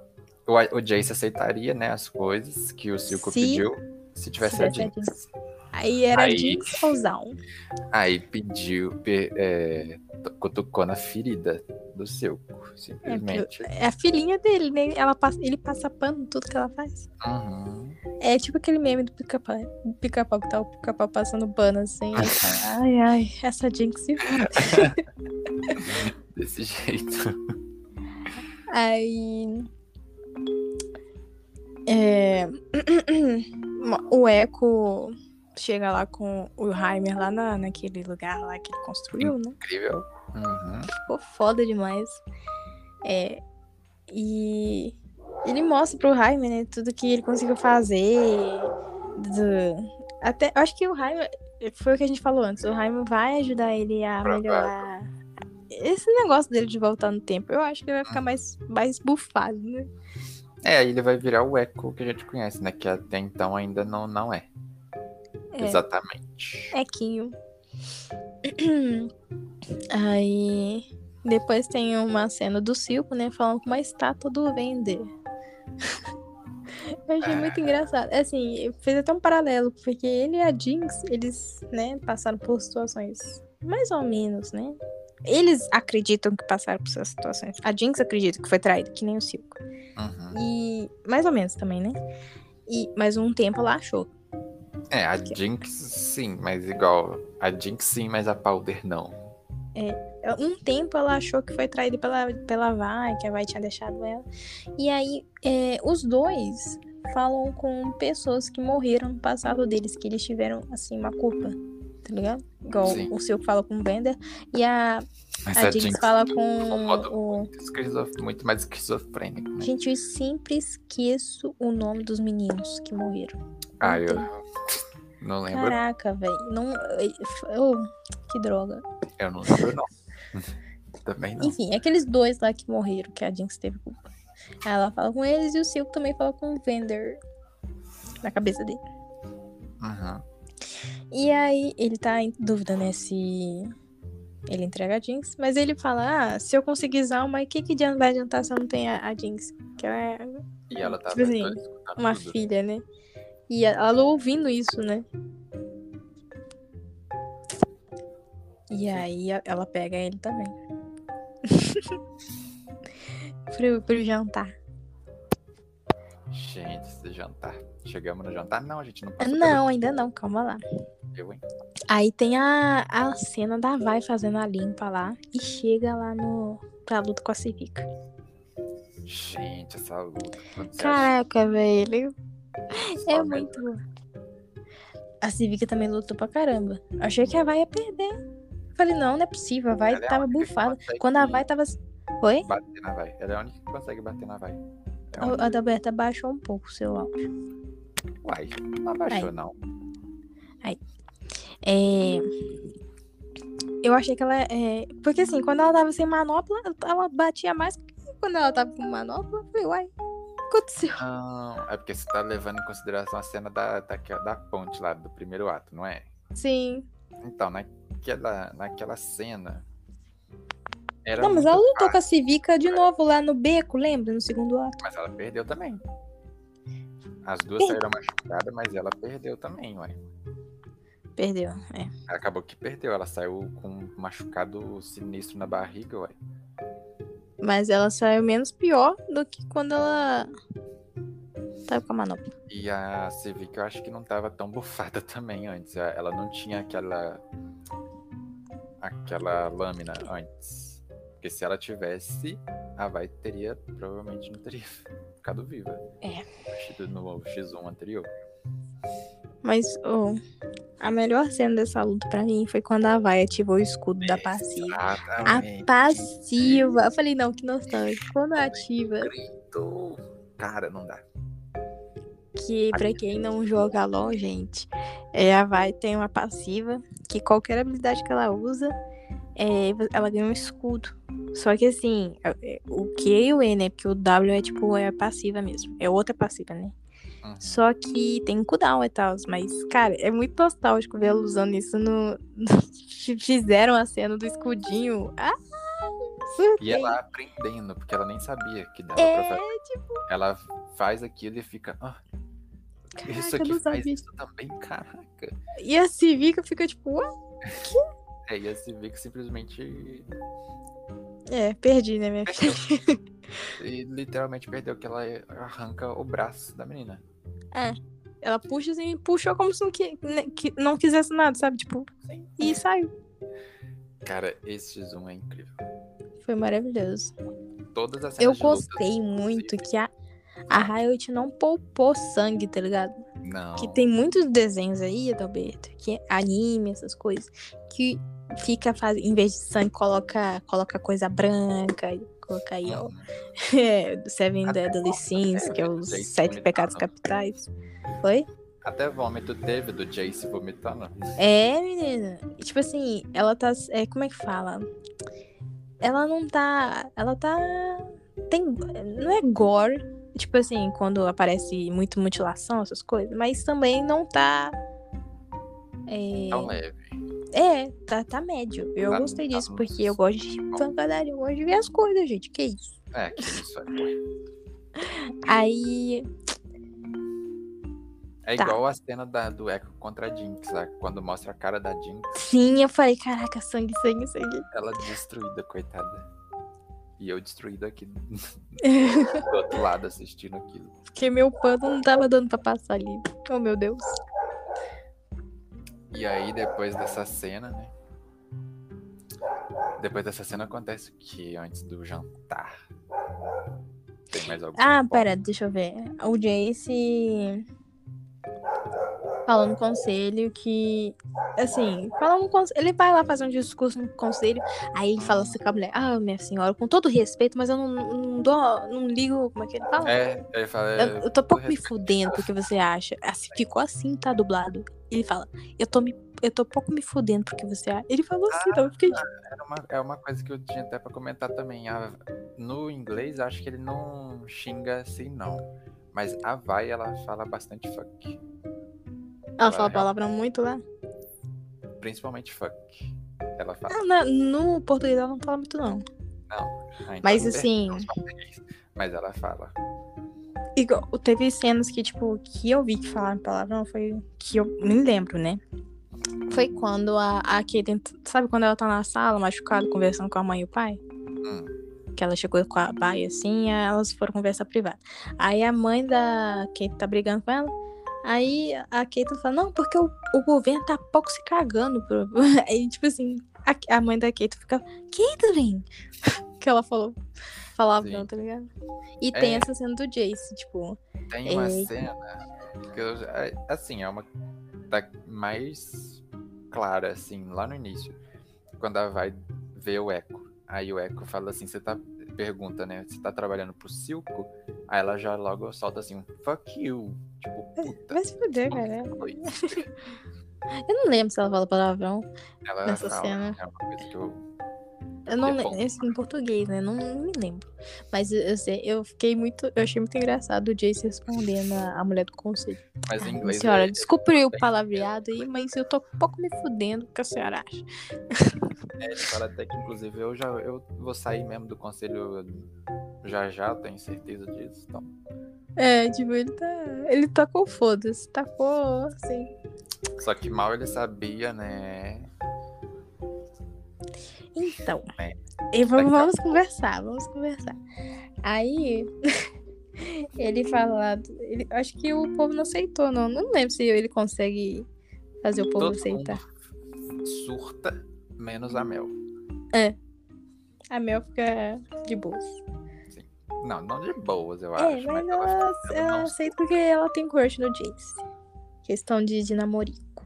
O, o Jace aceitaria, né, as coisas que o Silco se pediu se tivesse a tivesse a Jinx. Aí era Aí- Jinx ou Zaun. Aí pediu, pe- é, cutucou na ferida do Silco, É, simplesmente. é a filhinha dele, né? Ela passa, ele passa pano em tudo que ela faz. Uhum. É tipo aquele meme do pica-pau. Do pica-pau que tá o pica-pau passando pano assim. Ele fala, ai, ai, essa Jinx se fode. Desse jeito. Aí. É... o Echo chega lá com o Heimer lá na, naquele lugar lá que ele construiu, né? Incrível. Uhum. Ficou foda demais. É... E ele mostra pro Heimer, né? Tudo que ele conseguiu fazer. Do... Até, acho que o Heimer. Foi o que a gente falou antes. O Heimer vai ajudar ele a melhorar esse negócio dele de voltar no tempo. Eu acho que ele vai ficar mais, mais bufado, né? É, aí ele vai virar o Echo que a gente conhece, né? Que até então ainda não, não é. É. Exatamente. Equinho. Aí depois tem uma cena do Silco, né? Falando com uma estátua do Vender. Eu achei muito engraçado. Assim, fez até um paralelo, porque ele e a Jinx, eles, né, passaram por situações mais ou menos, né? Eles acreditam que passaram por essas situações. A Jinx acredita que foi traída, que nem o Silco. Uhum. E mais ou menos também, né? E, mas um tempo ela achou. É, a Jinx sim, mas igual. A Jinx sim, mas a Powder não. Um tempo ela achou que foi traída pela, pela Vi, que a Vi tinha deixado ela. E aí, é, os dois falam com pessoas que morreram no passado deles, que eles tiveram, assim, uma culpa, tá ligado? Igual Sim. o Silco fala com o Bender e a, Mas a Jinx fala com um modo o... muito, esquizof- muito mais esquizofrênico, né? Gente, eu sempre esqueço o nome dos meninos que morreram. Ah, eu Ontem. não lembro. Caraca, velho. Não... Oh, que droga. Eu não lembro, não. Também não. Enfim, aqueles dois lá que morreram, que a Jinx teve culpa. Aí ela fala com eles e o Silco também fala com o Vender na cabeça dele. Uhum. E aí ele tá em dúvida, né, se ele entrega a Jinx. Mas ele fala, ah, se eu conseguir Zalma, o que que vai adiantar se eu não tenho a, a Jinx? Que ela é, E ela tava tipo assim, escutando uma tudo. filha, né? E ela ouvindo isso, né? E aí ela pega ele também. pro, pro jantar. Gente, esse jantar. Chegamos no jantar? Não, a gente não passou Não, ainda não, calma lá. pelo... Eu, hein? Aí tem a, a cena da Vai fazendo a limpa lá e chega lá no pra luta com a Civica. Gente, essa luta. Quando você Caraca, velho. acha... É Só muito bom. A Civica também lutou pra caramba. Achei que a Vai ia perder. Falei, não, não é possível. A Vai Ela é a tava única que bufada. consegue Quando a Vai tava. Oi? bater na vai. Ela é a única que consegue bater na vai. É a A, única. a Adalberta baixou um pouco o seu áudio. Uai, não abaixou, Aí. não. É... Eu achei que ela. É... Porque assim, quando ela tava sem manopla, ela batia mais que quando ela tava com manopla. Eu falei, uai, o que aconteceu? Não, é porque você tá levando em consideração a cena da, da, da ponte lá, do primeiro ato, não é? Sim. Então, naquela, naquela cena. Era Não, mas muito ela lutou fácil, com a Civica de novo lá no beco, lembra? No segundo ato. mas ela perdeu também. As duas Perdeu. saíram machucadas, mas ela perdeu também, ué. Perdeu, é. Acabou que perdeu, ela saiu com um machucado sinistro na barriga, ué. Mas ela saiu menos pior do que quando ela tava com a manopla. E a Civic eu acho que não tava tão bufada também antes. Ela não tinha aquela. aquela lâmina antes. Porque se ela tivesse, a Vai teria. Provavelmente não teria ficado viva. É. No X um anterior. Mas oh, a melhor cena dessa luta pra mim foi quando a Vai ativou o escudo da passiva. A Exatamente. passiva. Eu falei, não, que nostálgico. Quando ativa. Grito. Cara, não dá. Que pra quem não joga LOL, gente, é, a Vai tem uma passiva que qualquer habilidade que ela usa, é, ela ganha um escudo. Só que assim, o Q e o E, né? Porque o W é tipo, é passiva mesmo. É outra passiva, né? Uhum. Só que tem um cooldown e tal. Mas, cara, é muito nostálgico ver ela usando isso no. Fizeram a cena do escudinho. Ah! Surtei. E ela aprendendo, porque ela nem sabia que dava É, pra fazer. tipo. Ela faz aquilo e fica. Ah, Isso Caraca, eu aqui não faz sabia. isso também, caraca. E a Civica fica tipo, ué? É, e a Civic simplesmente É, perdi, né, minha perdeu. filha? E literalmente perdeu, que ela arranca o braço da menina. É. Ela puxa assim, puxou como se não, qui- né, que, não quisesse nada, sabe? Tipo, Sim. e saiu. Cara, esse X um é incrível. Foi maravilhoso. Todas as Eu cenas de luta. gostei muito possíveis. que a, a Riot não poupou sangue, tá ligado? Não. Que tem muitos desenhos aí, Adalberto, que é anime, essas coisas, que fica fazendo, em vez de sangue, coloca, coloca coisa branca, e coloca aí, ó, Uhum. é, do Seven Até Deadly Sins, que é teve do os Jace sete pecados vomitando. capitais. Foi? Até vômito teve do Jace vomitando. É, menina. E, tipo assim, ela tá. É, como é que fala? Ela não tá. Ela tá. Tem. Não é gore. Tipo assim, quando aparece muito mutilação, essas coisas. Mas também não tá. Tão É, leve. é tá, tá médio. Eu Tá, gostei tá disso, nos- porque eu gosto de pancadaria. Eu gosto de ver as coisas, gente. Que isso? É, que isso é ruim. Aí. É Tá. igual a cena da, do Echo contra a Jinx, sabe? Quando mostra a cara da Jinx, Sim, eu falei, caraca, sangue, sangue, sangue. ela destruída, coitada. E eu destruído aqui do outro lado assistindo aquilo. Porque meu pano não tava dando pra passar ali. Oh, meu Deus. E aí, depois dessa cena, né? Depois dessa cena acontece o que antes do jantar? Tem mais algum Ah, ponto? pera, deixa eu ver. O Jace falando no conselho que. Assim, falando no conselho. Ele vai lá fazer um discurso no conselho. Aí ele fala assim com a mulher: Ah, minha senhora, com todo respeito, mas eu não, não dou. Não ligo. Como é que ele fala? É, ele fala. Eu, é, eu tô pouco me respeito. fudendo porque você acha. Assim, ficou assim, tá dublado. Ele fala: Eu tô, me, eu tô pouco me fudendo porque você acha. Ele falou assim, então eu fiquei. É uma, é uma coisa que eu tinha até pra comentar também. A- no inglês, eu acho que ele não xinga assim, não. Mas a Vai, ela fala bastante fuck. Ela fala real- palavrão muito lá. Principalmente fuck. Ela fala. Ah, na- no português ela não fala muito, não. Não, ainda Mas não assim. perdeu os português, mas ela fala. Igual, teve cenas que, tipo, que eu vi que falaram palavrão, foi que eu me lembro, né? Foi quando a, a Kaden, sabe quando ela tá na sala, machucada, conversando com a mãe e o pai? Hum. Que ela chegou com a baia assim, aí elas foram conversar privada. Aí a mãe da Kate tá brigando com ela. Aí a Kate fala, não, porque o, o governo tá pouco se cagando. Pro... Aí, tipo assim, a, a mãe da Kate fica, Caitlyn! Que ela falou. Falava, Sim. não, tá ligado? E tem É. essa cena do Jace, tipo. Tem uma É. cena que eu, é, assim, é uma da mais clara, assim, lá no início. Quando ela vai ver o Echo. Aí o Echo fala assim, você tá. Pergunta, né? Você tá trabalhando pro Silco? Aí ela já logo solta assim um fuck you. Tipo, puta. Vai se fuder, como cara. que foi isso? Eu não lembro se ela fala palavrão Ela nessa fala, cena. é uma coisa que eu. Eu não queria lembro. Esse em português, né? Não, não me lembro. Mas eu, eu, sei, eu fiquei muito. Eu achei muito engraçado o Jace respondendo a, a mulher do conselho. Mas em Ah, minha inglês senhora, é. desculpe o palavreado aí, mas eu tô um pouco me fudendo com o que a senhora acha. É, ele fala até que, inclusive, eu já eu vou sair mesmo do conselho já já, eu tenho certeza disso. Então. É, tipo, ele tá. Ele tacou foda-se. Tacou assim. Só que mal ele sabia, né? Então. É. E vamos, vamos conversar, vamos conversar. Aí. Ele fala. Ele, acho que o povo não aceitou, não. Não lembro se ele consegue fazer o povo Todo aceitar. mundo surta, menos a Mel. É. A Mel fica de boas. Não, não de boas, eu É, acho. mas Mas ela, ela, ela, ela não aceita porque ela tem crush no Jace. Questão de, de namorico.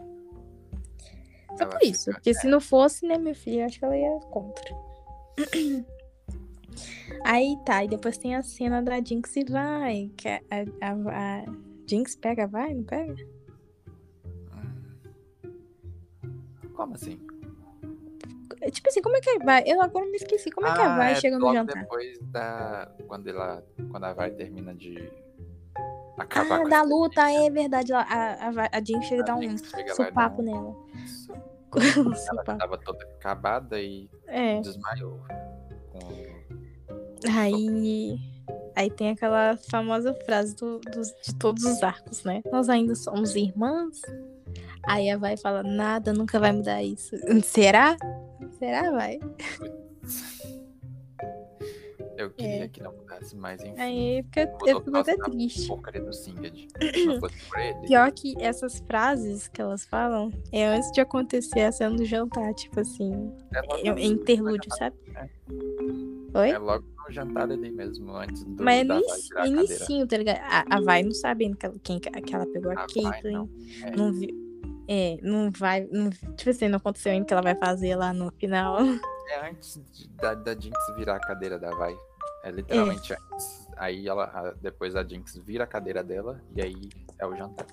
Só ela por isso. fica- Porque se não fosse, né, minha filha, acho que ela ia contra. Aí tá, e depois tem a cena da Jinx e vai. Que a, a, a, a Jinx pega, vai, não pega? Como assim? Tipo assim, como é que vai? Eu agora me esqueci. Como é que a Ah, vai é chega no logo jantar? depois da. Quando ela. Quando a Vai termina de acabar Ah, com da essa luta, delícia, é verdade. A, a, a, a Jinx chega e dá a um Jinx chega lá e dá supapo um- nela. Isso. Um Ela supapo. tava toda acabada e É. desmaiou. Com... Aí. Aí tem aquela famosa frase do, dos- de todos os arcos, né? Nós ainda somos irmãs. Aí a Vai fala, nada, nunca vai mudar isso. Será? Será, Vai? Eu queria É. que não mudasse, mas enfim. Aí fica, eu Mudou fico por até causa da triste. porcaria do Singed. Se não fosse por ele. Pior que essas frases que elas falam é antes de acontecer a cena do jantar, tipo assim, É logo, é, é no, interlúdio, sabe? Oi? é logo no jantar ali mesmo, antes do, Mas é da no Vai inici- virar a cadeira. inicinho, tá ligado? A, a Vai não sabendo que ela, quem, que que ela pegou a, A Vai, Caitlyn. não. É. Não vi, é, não vai. Não, tipo assim, não aconteceu ainda que ela vai fazer lá no final. É antes de- da, da Jinx virar a cadeira da Vai. É literalmente antes. Aí ela, a- depois a Jinx vira a cadeira dela e aí é o jantar.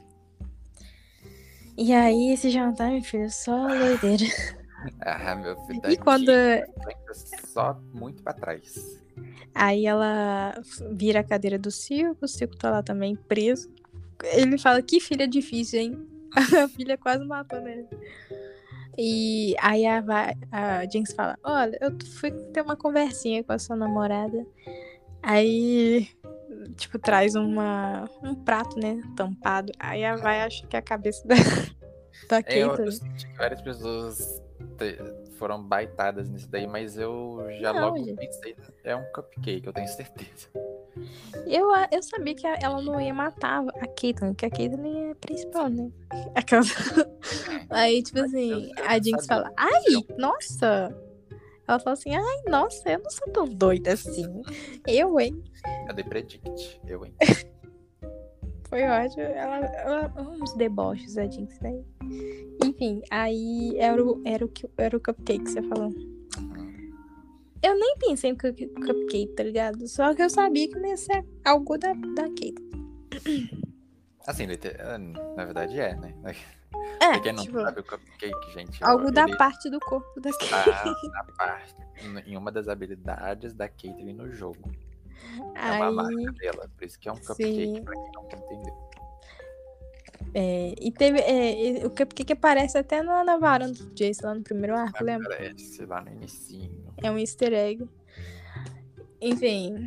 E aí, esse jantar, meu filho, só doideira. Ah, meu filho, E daqui quando. ainda só muito pra trás. Aí ela vira a cadeira do Circo, o Circo tá lá também preso. Ele fala, que filha difícil, hein? A filha quase matou nele. E aí a, Va- a Jinx fala, olha, eu fui ter uma conversinha com a sua namorada. Aí, tipo, traz uma, um prato, né, tampado. Aí a Vai acha que é a cabeça da, da É, eu, eu Caitlyn. senti que várias pessoas te- foram baitadas nisso daí, mas eu já Não, logo gente. pensei, é um cupcake, eu tenho certeza. Eu, eu sabia que ela não ia matar a Caitlyn, porque a Caitlyn é a principal, né? Aquela... Aí, tipo assim, eu a Jinx sabia. fala, ai, nossa! Ela fala assim, ai, nossa, eu não sou tão doida assim. Eu, hein? Cadê Predict? Eu, hein? Foi ótimo. Ela, ela uns deboches da Jinx, né? Enfim, aí era o, era o, que- era o cupcake que você falou. Uhum. Eu nem pensei em cu- cupcake, tá ligado? Só que eu sabia que não ia ser algo da, da Caitlyn. Assim, liter- na verdade é, né? É, Pra quem não tipo, sabe, o cupcake, gente, algo ó, da ele parte do corpo da Caitlyn. tá na parte, em uma das habilidades da Caitlyn no jogo. É uma Aí, marca dela, por isso que é um cupcake, sim. pra quem não entendeu. É, e teve. É, e o cupcake aparece até na, na varanda do Jace lá no primeiro arco, lembra? Aparece lá no inicinho. É um easter egg. Enfim.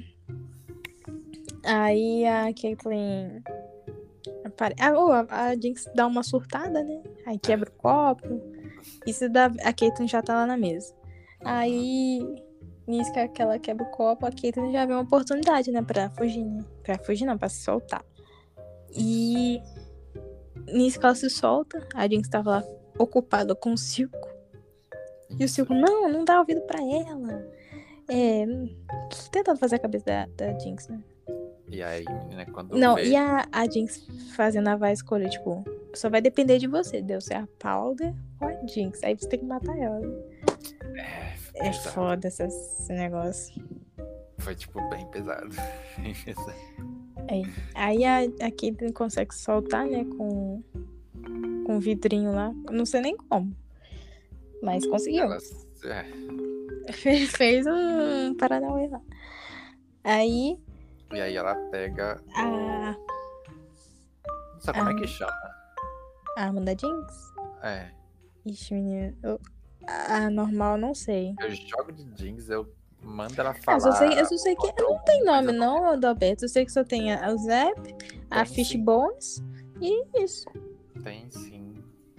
Aí a Caitlyn. Apare... Ah, oh, a, a Jinx dá uma surtada, né? Aí quebra o copo. Isso dá. A Caitlyn já tá lá na mesa. Aí. Nisso que que ela quebra o copo, a Caitlyn já vê uma oportunidade, né? Pra fugir, né? Pra fugir não, pra se soltar. E. Nisso que ela se solta, a Jinx tava lá ocupada com o Silco. E o Isso. Silco, não, não dá ouvido pra ela. É. Tentando fazer a cabeça da, da Jinx, né? E aí, menina, quando Não, vê... e a, a Jinx fazendo a vai escolher, tipo, só vai depender de você, deu ser a Powder ou a Jinx. Aí você tem que matar ela. Né? É, É pesado. foda essa- esse negócio. Foi, tipo, bem pesado. Bem pesado. Aí, aí a, a Caitlyn consegue soltar, né, com, com o vidrinho lá. Não sei nem como. Mas conseguiu. Ela... É. Fez, fez um Paranauê lá. Aí E aí ela pega... a, Só como é Ah. que chama? a arma da Jinx. É. Ixi, menina. eu- a normal, não sei. Eu jogo de Jinx, eu mando ela Ah, falar... só sei, eu só sei que não tem nome, Mas eu não, Adalberto. Eu sei que só tem a a Zap, a Tem sim. Fishbones e isso. Tem sim.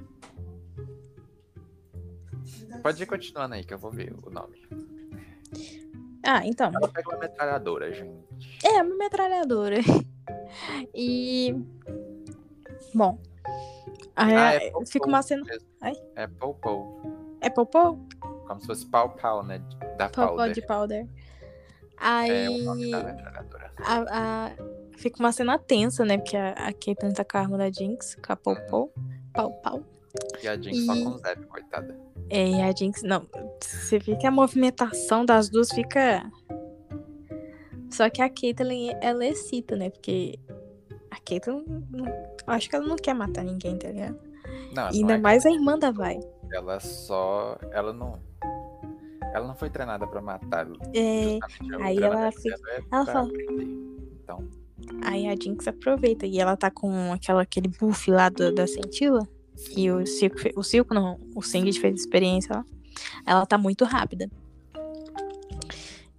Pode ir continuando aí que eu vou ver o nome. Ah, então. Ela pega uma metralhadora, gente. É, uma metralhadora. E. Bom. Aí, Ah, é Pou fica Pou uma cena. mesmo. Ai? É Pou Pou. É Popô? Como se fosse pau pau, né? Da Popô powder. de Powder. É o nome Aí. da metralhadora. A, a- Fica uma cena tensa, né? Porque a, a Caitlyn tá com a arma da Jinx, com a Popô. Pau, pau. E a Jinx só E- com o Zep, coitada. É, e a Jinx, não. Você vê que a movimentação das duas fica. Só que a Caitlyn, ela excita, né? Porque a Caitlyn, não- eu acho que ela não quer matar ninguém, tá ligado? Não, não Ainda é mais a irmã da Vai. que ela só... Ela não... Ela não foi treinada pra matar. É, Justamente, o aí treinamento ela fica- dela é ela pra fala- aprender. Então, aí a Jinx aproveita. E ela tá com aquela, aquele buff lá do- da Scintilla. E o Circo, fe- o Circo não, o Singed fez experiência lá. Ela tá muito rápida.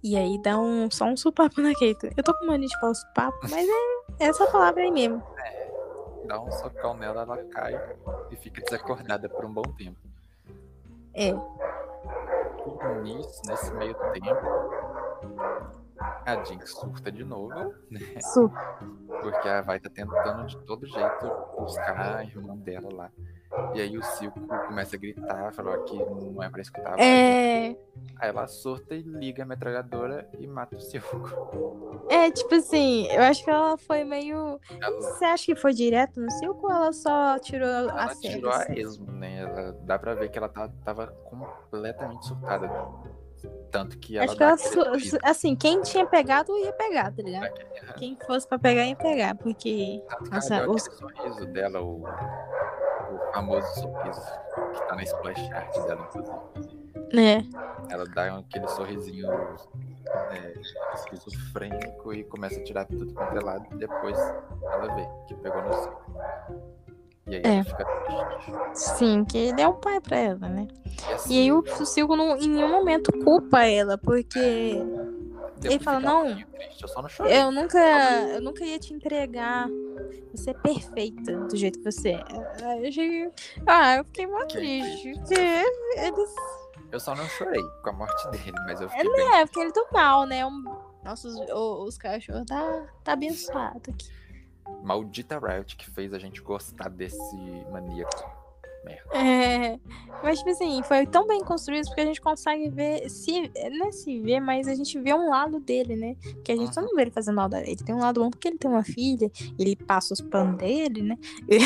E aí dá um, só um supapo na Caitlyn. Eu tô com mania de falar supapo, mas é essa palavra aí mesmo. Dá um socão nela, ela cai e fica desacordada por um bom tempo. É. E nisso, nesse meio tempo, a Jinx surta de novo, né? Su. Porque a Vai tá tentando de todo jeito buscar a irmã dela lá. E aí o Silco começa a gritar, falou que não é pra escutar a Vai. É. Aí ela surta e liga a metralhadora e mata o Silco. É, tipo assim, eu acho que ela foi meio. Ela, Você acha que foi direto no Silco ou ela só tirou ela a tirou a sério? esmo, né? Ela, dá pra ver que ela tá, tava completamente surtada. Tanto que ela Acho que dá ela, aquele su- sorriso. su- assim, quem tinha pegado ia pegar, tá ligado? Aquele, Quem fosse pra pegar ia pegar, porque. tanto que ela Nossa, deu os. aquele sorriso dela, o, o famoso sorriso que tá na splash art dela, inclusive. Né? Ela dá aquele sorrisinho é, esquizofrênico e começa a tirar tudo quanto é lado. E depois ela vê que pegou no Silco. E aí É. ela fica triste. Sim, que ele é um pai pra ela, né? E assim, E aí o Silco não, em nenhum momento culpa ela, porque deu ele pra fala, ficar um não, pouquinho triste, eu só não chorei. eu nunca, eu nunca ia te entregar. Você é perfeita do jeito que você é. Aí eu cheguei- Ah, eu fiquei mó Fiquei triste. Porque eles. Eu só não chorei com a morte dele, mas eu fiquei bem. É, porque ele do mal, né? Um... Nossa, os, os, os cachorros tá, tá abençoado aqui. Maldita Riot que fez a gente gostar desse maníaco. Merda. É, mas, tipo assim, foi tão bem construído porque a gente consegue ver, se, não é se ver, mas a gente vê um lado dele, né? Que a gente só Uhum. não vê ele fazendo nada. Ele tem um lado bom porque ele tem uma filha, ele passa os panos dele, né?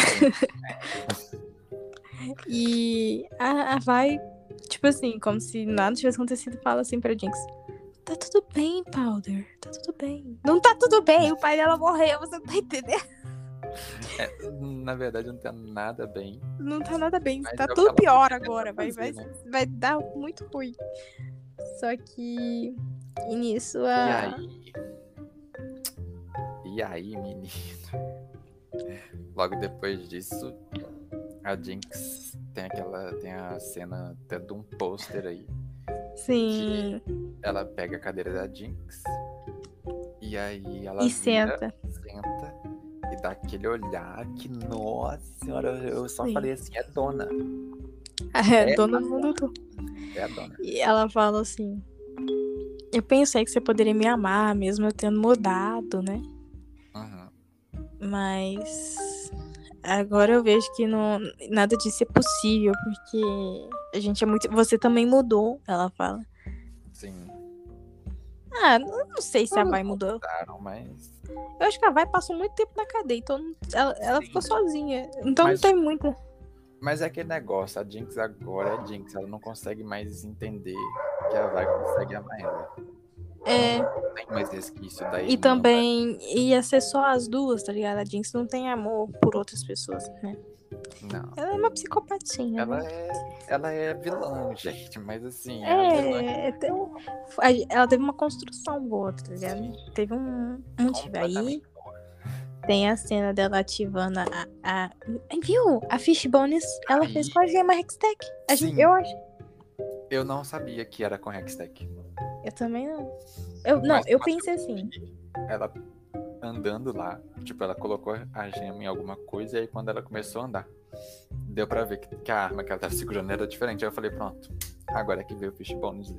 E a, a Vai, tipo assim, como se nada tivesse acontecido, fala assim pra Jinx: tá tudo bem, Powder, tá tudo bem. Não tá tudo bem, o pai dela morreu, você não tá entendendo? É, na verdade, não tá nada bem. Não tá nada bem, Mas tá é o que tudo ela pior podia agora, vai, fazer, vai, né? vai dar muito ruim. Só que e nisso E a. aí? E aí, menino? Logo depois disso, a Jinx tem aquela. Tem a cena até de um pôster aí. Sim. Ela pega a cadeira da Jinx. E aí ela E vira, senta. senta e dá aquele olhar que, nossa senhora, eu só Sim. falei assim, é dona. É, É dona a do mundo todo. É a dona. E ela fala assim: eu pensei que você poderia me amar, mesmo eu tendo mudado, né? Uhum. Mas agora eu vejo que não, nada disso é possível, porque a gente é muito. Você também mudou, ela fala. Sim. Ah, não não sei se a Todas Vai mudou. mudaram, mas. Eu acho que a Vai passou muito tempo na cadeia, então não- ela, ela Sim. ficou sozinha. Então Mas- não teve muita. Mas é aquele negócio, a Jinx agora é Jinx, ela não consegue mais entender que a Vai consegue amar ela. É, Não tem mais resquício da e irmã. também ia ser só as duas, tá ligado? A Jinx não tem amor por outras pessoas, né? Não. Ela é uma psicopatinha, Ela né? é, ela é vilã, gente, mas assim, é a vilã É, tem um- a- ela teve uma construção boa, tá ligado? Sim. Teve um um motivo aí. completamente boa. Tem a cena dela ativando a. a, a- viu? A Fishbones, ela Aí- fez com a gema Hextech. A gente, Sim. eu acho. Eu não sabia que era com Hextech. Eu também não. Eu, não, Mas eu quando pensei assim. vi ela andando lá, tipo, ela colocou a gema em alguma coisa e aí quando ela começou a andar, deu pra ver que, que a arma que ela tava segurando era diferente. Aí eu falei, pronto, agora que veio o Fishbones,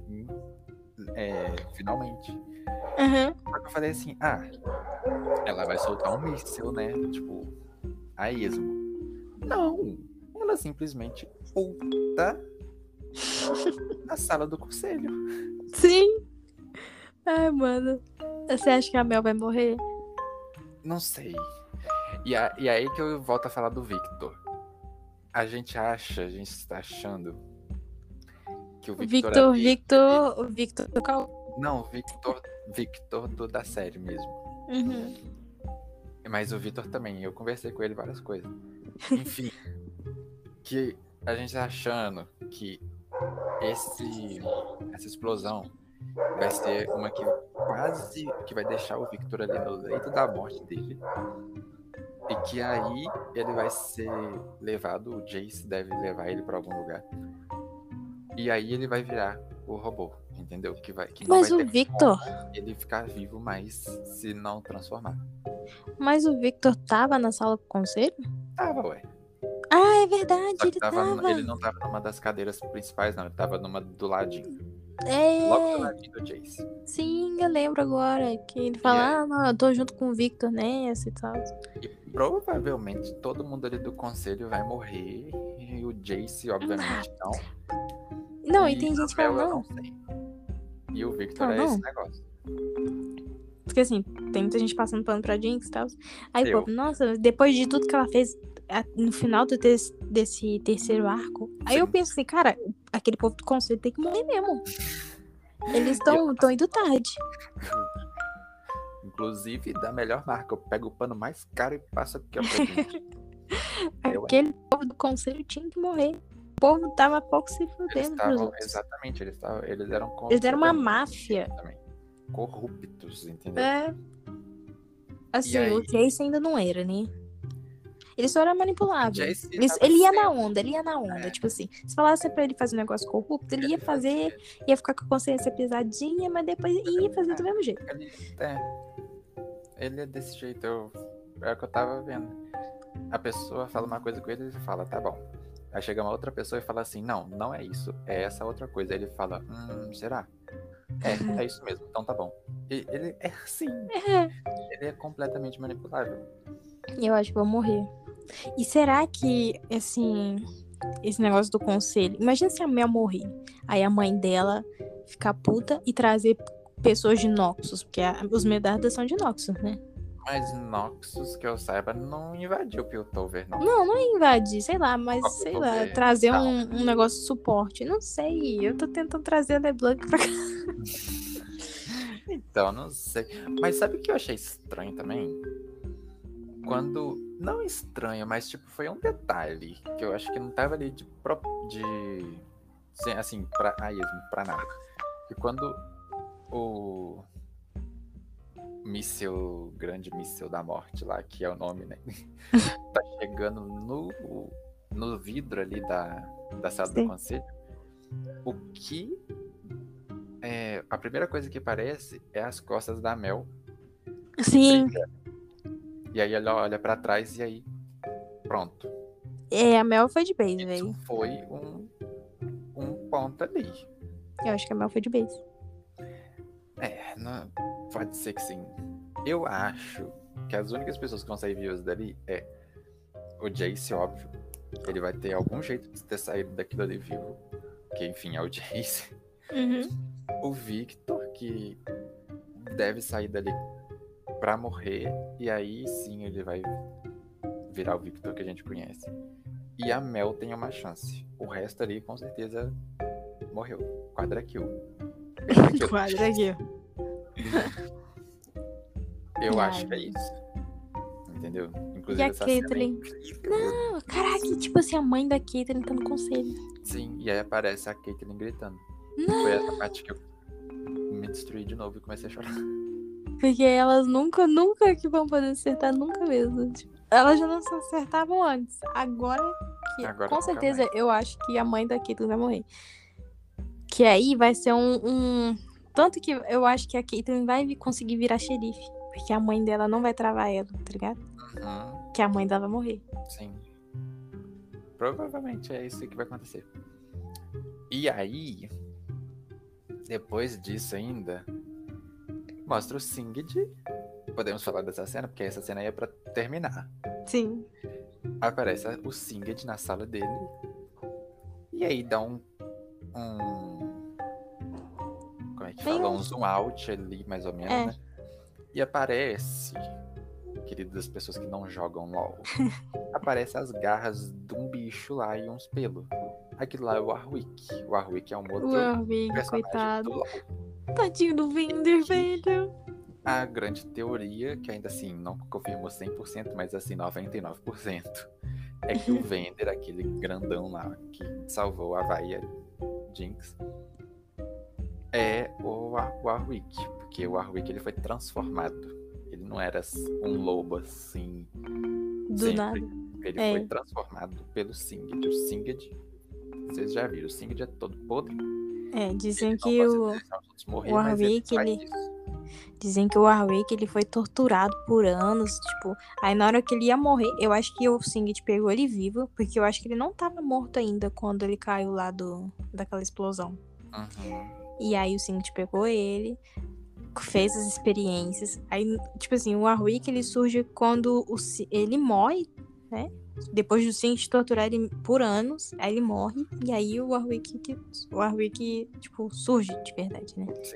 é, finalmente. Aham. Só que eu falei assim, ah, ela vai soltar um míssil, né? Tipo, a esmo. Não, ela simplesmente puta na sala do conselho. Sim. Ai, mano. Você acha que a Mel vai morrer? Não sei. E, a, e aí que eu volto a falar do Victor. A gente acha, a gente está achando que o O Victor... Victor, ali- Victor. O Victor do Cal. Não, Victor, Victor do, da série mesmo. Uhum. Mas o Victor também, eu conversei com ele várias coisas. Enfim, que a gente tá achando que esse, essa explosão vai ser uma que quase que vai deixar o Victor ali no leito da morte dele. E que aí ele vai ser levado, o Jace deve levar ele pra algum lugar. E aí ele vai virar o robô. Entendeu? Que, vai, que não Mas vai o ter Victor. como ele ficar vivo mais se não transformar. Mas o Victor tava na sala do conselho? Tava, ué. Ah, é verdade, Só que ele tava, tava. ele não tava numa das cadeiras principais, não. Ele tava numa do ladinho. Logo do É. ladinho do Jace. Sim, eu lembro agora que ele E fala, aí, ah, não, eu tô junto com o Victor nessa e tal. e provavelmente todo mundo ali do conselho vai morrer. E o Jace, obviamente, não. Não, e E tem a gente que Mel fala, eu não. não sei. E o Victor Fala, é esse não. negócio. Porque assim, tem muita gente passando pano pra Jinx e tal. Aí o Eu. povo, nossa, depois de tudo que ela fez a- no final do te- desse terceiro arco. Aí eu Sim. penso assim, cara, aquele povo do conselho tem que morrer mesmo. Eles E eu estão tão indo tarde. Inclusive, da melhor marca. Eu pego o pano mais caro e passo aqui, ó, pra gente. Eu, Aquele povo do conselho tinha que morrer. O povo tava pouco se Eles fudendo pros estavam, outros. exatamente, eles, tavam, eles eram Eles eram uma completamente máfia. também. Corruptos, entendeu? É. Assim, E aí, o Jace ainda não era, né? Ele só era manipulável. Jace Ele, tava ele ia na sendo. onda, ele ia na onda. É, Tipo assim, se falasse pra ele fazer um negócio corrupto, ele ia ele fazer, fazia. ia ficar com a consciência pesadinha, mas depois ia fazer do mesmo jeito. Ele, é, ele é desse jeito. Eu, é o que eu tava vendo. A pessoa fala uma coisa com ele e ele fala, tá bom. Aí chega uma outra pessoa e fala assim, não, não é isso, é essa outra coisa. Aí ele fala, hum, será? É, é isso mesmo, então tá bom. E ele é assim, É. ele é completamente manipulável. Eu acho que vou morrer. E será que, assim, esse negócio do conselho. Imagina se a Mel morrer. Aí a mãe dela ficar puta e trazer pessoas de Noxus. Porque a- os Medardas são de Noxus, né? Mas Noxus, que eu saiba, não invadiu Piltover, não. Não, não é invadir, sei lá, mas Ó, sei lá, Piltover, trazer não. um, um negócio de suporte. Não sei. Eu tô tentando trazer a LeBlanc pra cá. Então, não sei. Mas sabe o que eu achei estranho também? Quando. Não estranho, mas tipo, foi um detalhe que eu acho que não tava ali de. pro- de sem- assim, pra a esmo, pra nada. Que quando o míssil, grande míssil da morte lá, que é o nome, né? Tá chegando no, no vidro ali da, da sala do Sim. conselho. O que. É, a primeira coisa que aparece é as costas da Mel. Sim, E aí ela olha pra trás e aí. Pronto. é, a Mel foi de base, Isso velho. foi um, um ponto ali. Eu acho que a Mel foi de base. É, não, pode ser que sim. Eu acho que as únicas pessoas que vão sair vivas dali é o Jace, óbvio. Ele vai ter algum jeito de ter saído daquilo ali vivo. Que enfim, é o Jace. Uhum. O Victor, que deve sair dali pra morrer. E aí sim ele vai virar o Victor que a gente conhece. E a Mel tem uma chance. O resto ali com certeza morreu. Quadra kill. Pentakill. Quadra aqui. Eu Ai, acho que é isso. Entendeu? Inclusive E a essa cena é Caitlyn? incrível. Não, caraca, tipo assim, a mãe da Caitlyn tá no conselho. Sim, e aí aparece a Caitlyn gritando. Não. Foi essa parte que eu me destruí de novo e comecei a chorar. Porque elas nunca, nunca que vão poder acertar, nunca mesmo. Tipo, elas já não se acertavam antes. Agora que. Agora com nunca certeza, mais. eu acho que a mãe da Caitlyn vai morrer. Que aí vai ser um, um. Tanto que eu acho que a Caitlyn vai vi- conseguir virar xerife. Porque a mãe dela não vai travar ela, tá ligado? Uhum, Que a mãe dela vai morrer. sim. Provavelmente é isso que vai acontecer. E aí, depois disso ainda, mostra o Singed. Podemos falar dessa cena, porque essa cena aí é pra terminar. Sim. Aparece o Singed na sala dele. E aí dá um. um como é que Tem fala? um- Um zoom out ali, mais ou menos, É. né? E aparece, queridas pessoas que não jogam LOL, aparece as garras de um bicho lá e uns pelos. Aquilo lá é o Warwick. O Warwick é um outro O Warwick, personagem coitado. do LOL. Tadinho do Vinder, velho. A grande teoria, que ainda assim não confirmou cem por cento, mas assim noventa e nove por cento, é que o Vender, aquele grandão lá que salvou a Vaia Jinx, é o War- Warwick, porque o Warwick ele foi transformado. Ele não era um lobo assim Do sempre. nada. Ele É. foi transformado pelo Singed. O Singed, vocês já viram, o Singed é todo podre. É, dizem Ele não que gosta de o, deixar os outros o morrer, mas ele Warwick, faz ele. isso. Dizem que o Warwick, ele foi torturado por anos, tipo. Aí na hora que ele ia morrer, eu acho que o Singed pegou ele vivo, porque eu acho que ele não tava morto ainda quando ele caiu lá do, daquela explosão. Uhum. E aí o Singed pegou ele, fez as experiências. Aí, tipo assim, o Warwick, ele surge quando o, Si- ele morre, né? Depois do Singed torturar ele por anos, aí ele morre. E aí o Warwick, que- o Warwick, tipo, surge de verdade, né? Sim.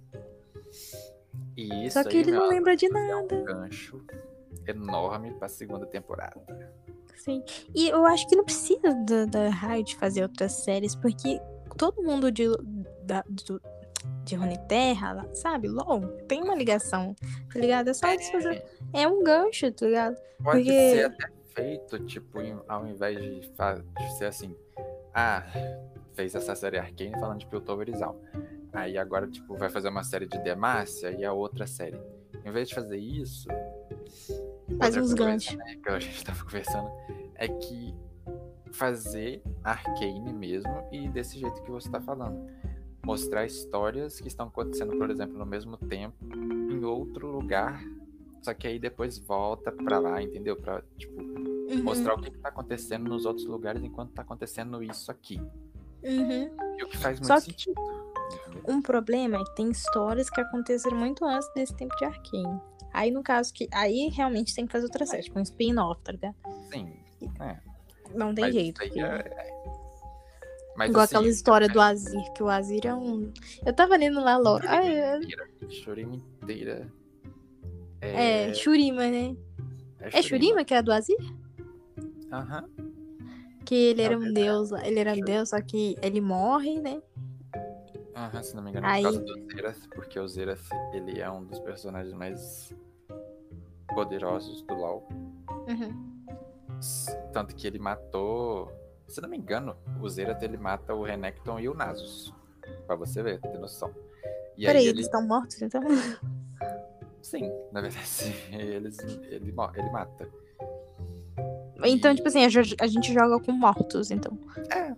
E Só isso que aí, ele meu não amor, lembra de é um nada. gancho enorme pra segunda temporada. Sim. E eu acho que não precisa da, da Riot fazer outras séries, porque todo mundo de, da, do, de Runeterra, lá, sabe? LOL, tem uma ligação, tá ligado? É só eles fazerem. É um gancho, tá ligado? Pode ser Porque. até feito, tipo, em- ao invés de, fa- de ser assim, ah, fez essa série Arcane falando de Piltover e Zaun. Aí agora, tipo, vai fazer uma série de Demacia e a outra série. Em vez de fazer isso, Faz outra uns coisa, ganchos. né, que a gente tava conversando, é que fazer Arcane mesmo e desse jeito que você tá falando. Mostrar histórias que estão acontecendo, por exemplo, no mesmo tempo, em outro lugar, só que aí depois volta pra lá, entendeu? Pra, tipo, mostrar o Uhum, que, que tá acontecendo nos outros lugares enquanto tá acontecendo isso aqui. uhum. E o que faz muito Só que sentido. Entendeu? um problema é que tem histórias que aconteceram muito antes desse tempo de Arcane. Aí, no caso que. Aí realmente tem que fazer outra série, tipo um spin-off, tá ligado? Sim, é. Não tem Mas isso jeito, aí porque. é. Mas Igual assim, aquela história do Azir, que o Azir é um. Eu tava lendo lá, Ló. Ah, Shurima é, inteira. Shurima inteira é é. Shurima, né? É É Shurima. Shurima que é a do Azir? Aham. Que ele era um Talvez deus lá. Ele é era um Shurima. deus, só que ele morre, né? Aham, se não me engano, é por causa Aí. do Zerath, porque o Zerath, ele é um dos personagens mais poderosos do LoL. Uhum. Tanto que ele matou. Se não me engano, o Zerath ele mata o Renekton e o Nasus. Pra você ver, ter noção. E Peraí, aí eles ele. estão mortos então? Sim, na verdade, eles, ele, mo- ele mata. Então, E. tipo assim, a, jo- a gente joga com mortos, então. É,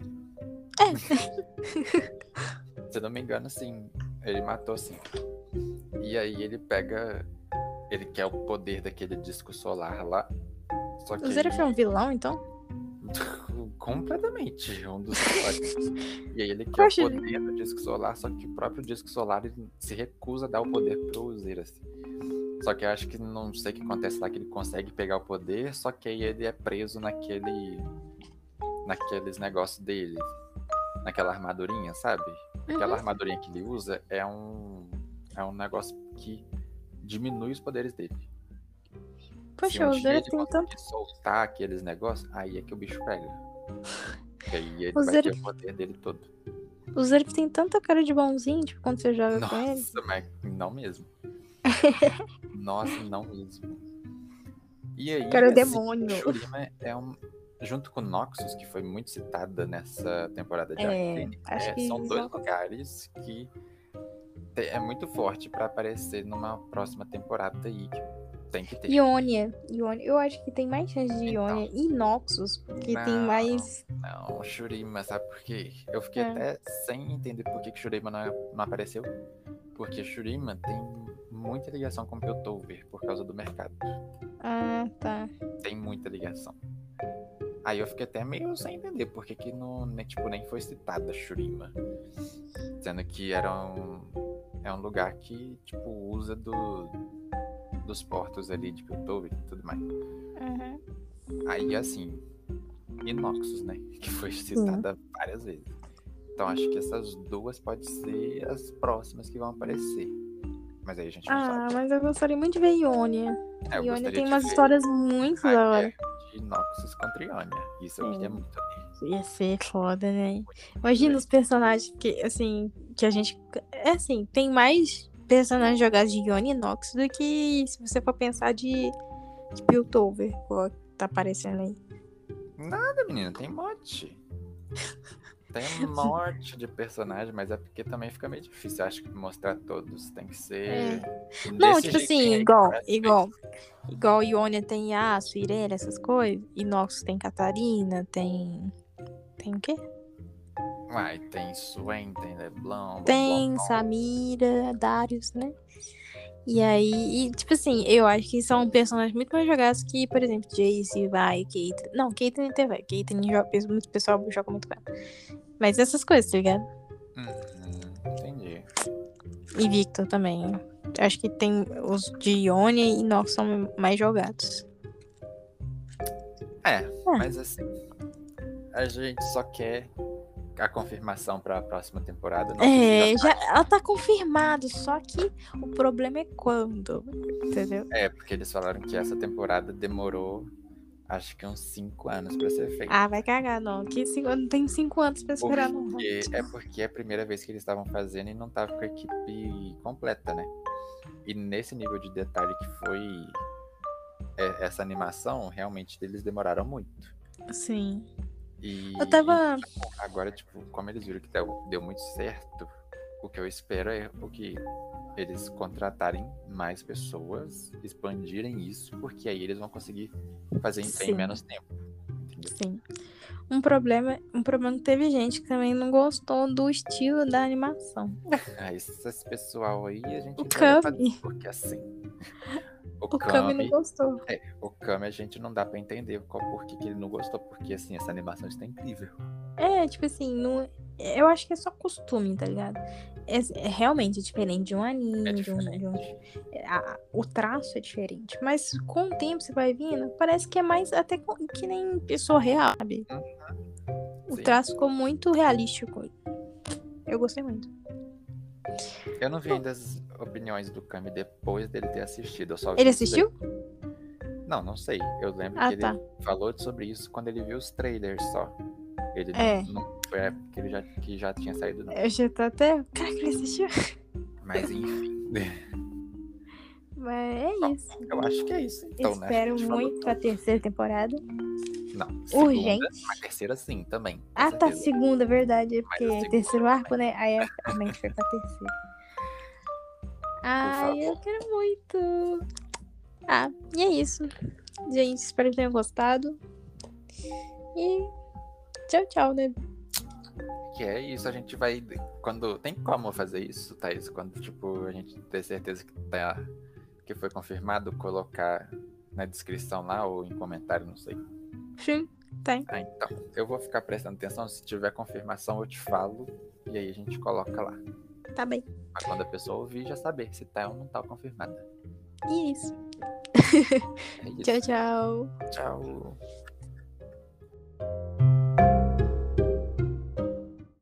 É. se não me engano, sim. Ele matou sim. E aí ele pega. Ele quer o poder daquele disco solar lá. Só O que Zera aí. foi um vilão, então? Completamente um dos piores. E aí ele quer o Poxa, poder do disco solar, só que o próprio disco solar ele se recusa a dar o poder pro Zerath. Só que eu acho que não sei o que acontece lá, que ele consegue pegar o poder, só que aí ele é preso naquele. naqueles negócios dele. Naquela armadurinha, sabe? Aquela uhum. armadurinha que ele usa é um. É um negócio que diminui os poderes dele. Se Poxa, um o dia Zera ele tem tanto. conseguir soltar aqueles negócios, aí é que o bicho pega. E aí ele O vai Zera, ter o poder dele todo. o Zera tem tanta cara de bonzinho, tipo, quando você joga com ele. Nossa, mas não mesmo. Nossa, não mesmo. E Cara aí, assim, demônio. Shurima é um. Junto com Noxus, que foi muito citada nessa temporada de É, Arcane, acho é, que são dois isso. lugares que te- é muito forte pra aparecer numa próxima temporada aí, que tem que ter. Ionia. Ionia. Eu acho que tem mais chance de Então, Ionia e Noxus, porque tem não, mais. não, Shurima, sabe por quê? Eu fiquei É. até sem entender por que, que Shurima não, não apareceu. Porque Shurima tem muita ligação com Piltover por causa do mercado. Ah, tá. Tem muita ligação. Aí eu fiquei até meio sem entender por que, que não, né, tipo, nem foi citada Shurima. Sendo que era um, é um lugar que tipo, usa do, dos portos ali de Piltover e tudo mais. Uhum. Aí assim, e Noxus, né? Que foi citada várias vezes. Então acho que essas duas podem ser as próximas que vão aparecer. Mas aí a gente não Ah, sabe. mas eu gostaria muito de ver Ionia. É, eu Ionia gostaria tem de umas ver histórias muito a da hora. guerra de Noxus contra Ionia. Isso eu queria muito ver. Ia ser foda, né? Muito Imagina ver. os personagens que, assim, que a gente. É assim, tem mais personagens jogados de Ionia e Nox do que se você for pensar de, de Piltover, igual tá aparecendo aí. Nada, menina, tem monte. Tem um monte de personagem, mas é porque também fica meio difícil. Acho que mostrar todos tem que ser. Não, Desse tipo assim, jeitinho aí que igual, Crash igual. fez. Igual Ionia tem Yasuo, Irelia, essas coisas. E Nox tem Catarina, tem. Tem o quê? Uai, tem Swain, tem Leblon, blá, blá, Tem blá. Samira, Darius, né? E aí, e, tipo assim, eu acho que são personagens muito mais jogados que, por exemplo, Jayce, vai, Caitlyn. Não, Caitlyn até vai. Caitlyn joga, muito pessoal joga muito com ela. Mas essas coisas, tá ligado? Uhum, entendi. E Victor também. Acho que tem os de Ionia e Nox são mais jogados. É, É. mas assim, a gente só quer a confirmação pra próxima temporada. Não sei se É, já já, saiu. ela tá confirmado, só que o problema é quando, entendeu? É, porque eles falaram que essa temporada demorou, acho que uns cinco anos pra ser feita. Ah, vai cagar, não. Que cinco, não tem cinco anos pra esperar, não. Porque, é porque é a primeira vez que eles estavam fazendo e não tava com a equipe completa, né? E nesse nível de detalhe que foi é, essa animação, realmente eles demoraram muito. Sim. E, Eu tava. e, tipo, agora, tipo, como eles viram que deu, deu muito certo, o que eu espero é o que eles contratarem mais pessoas, expandirem isso, porque aí eles vão conseguir fazer em, em Sim. menos tempo. Entendeu? Sim. Um problema, um problema que teve gente que também não gostou do estilo da animação. Ah, esse pessoal aí a gente O entrega pra Kami. Deus, porque assim. O, O Kami não Kami, gostou. é, o Kami a gente não dá pra entender qual porquê que ele não gostou, porque assim, essa animação está incrível. É, tipo assim, não, eu acho que é só costume, tá ligado? É, é realmente diferente de um É anime, de um, diferente. de um é, a- o traço é diferente. Mas com o tempo você vai vindo, parece que é mais até co- que nem pessoa real, sabe? O Sim. traço ficou muito realístico. Eu gostei muito. Eu não vi ainda as opiniões do Kami depois dele ter assistido. Eu só vi Ele isso daí. assistiu? Não, não sei. Eu lembro Ah, que ele tá. falou sobre isso quando ele viu os trailers só. Ele É. não, não foi a época que ele já, que já tinha saído, não. Eu já tô até. Cara, que ele assistiu. Mas enfim. Mas é Bom, isso. eu acho que é isso então, né? Espero A gente falou muito a tudo. terceira temporada. Não, segunda, Urgente. a terceira sim, também. Com Ah, tá, certeza. segunda, verdade. É Mas porque a é segunda, terceiro arco, né? Aí a a mente foi pra terceira. por Ai, eu favor. quero muito. Ah, e é isso. Gente, espero que tenham gostado. E tchau, tchau, né? Que é isso, a gente vai. Quando. Tem como fazer isso, Thaís? Quando, tipo, a gente ter certeza que, tá, que foi confirmado, colocar na descrição lá ou em comentário, não sei. Sim, tem. Ah, então. Eu vou ficar prestando atenção. Se tiver confirmação, eu te falo. E aí a gente coloca lá. Tá bem. Pra quando a pessoa ouvir, já saber se tá ou não tá confirmada. E é isso. É isso. Tchau, tchau. Tchau.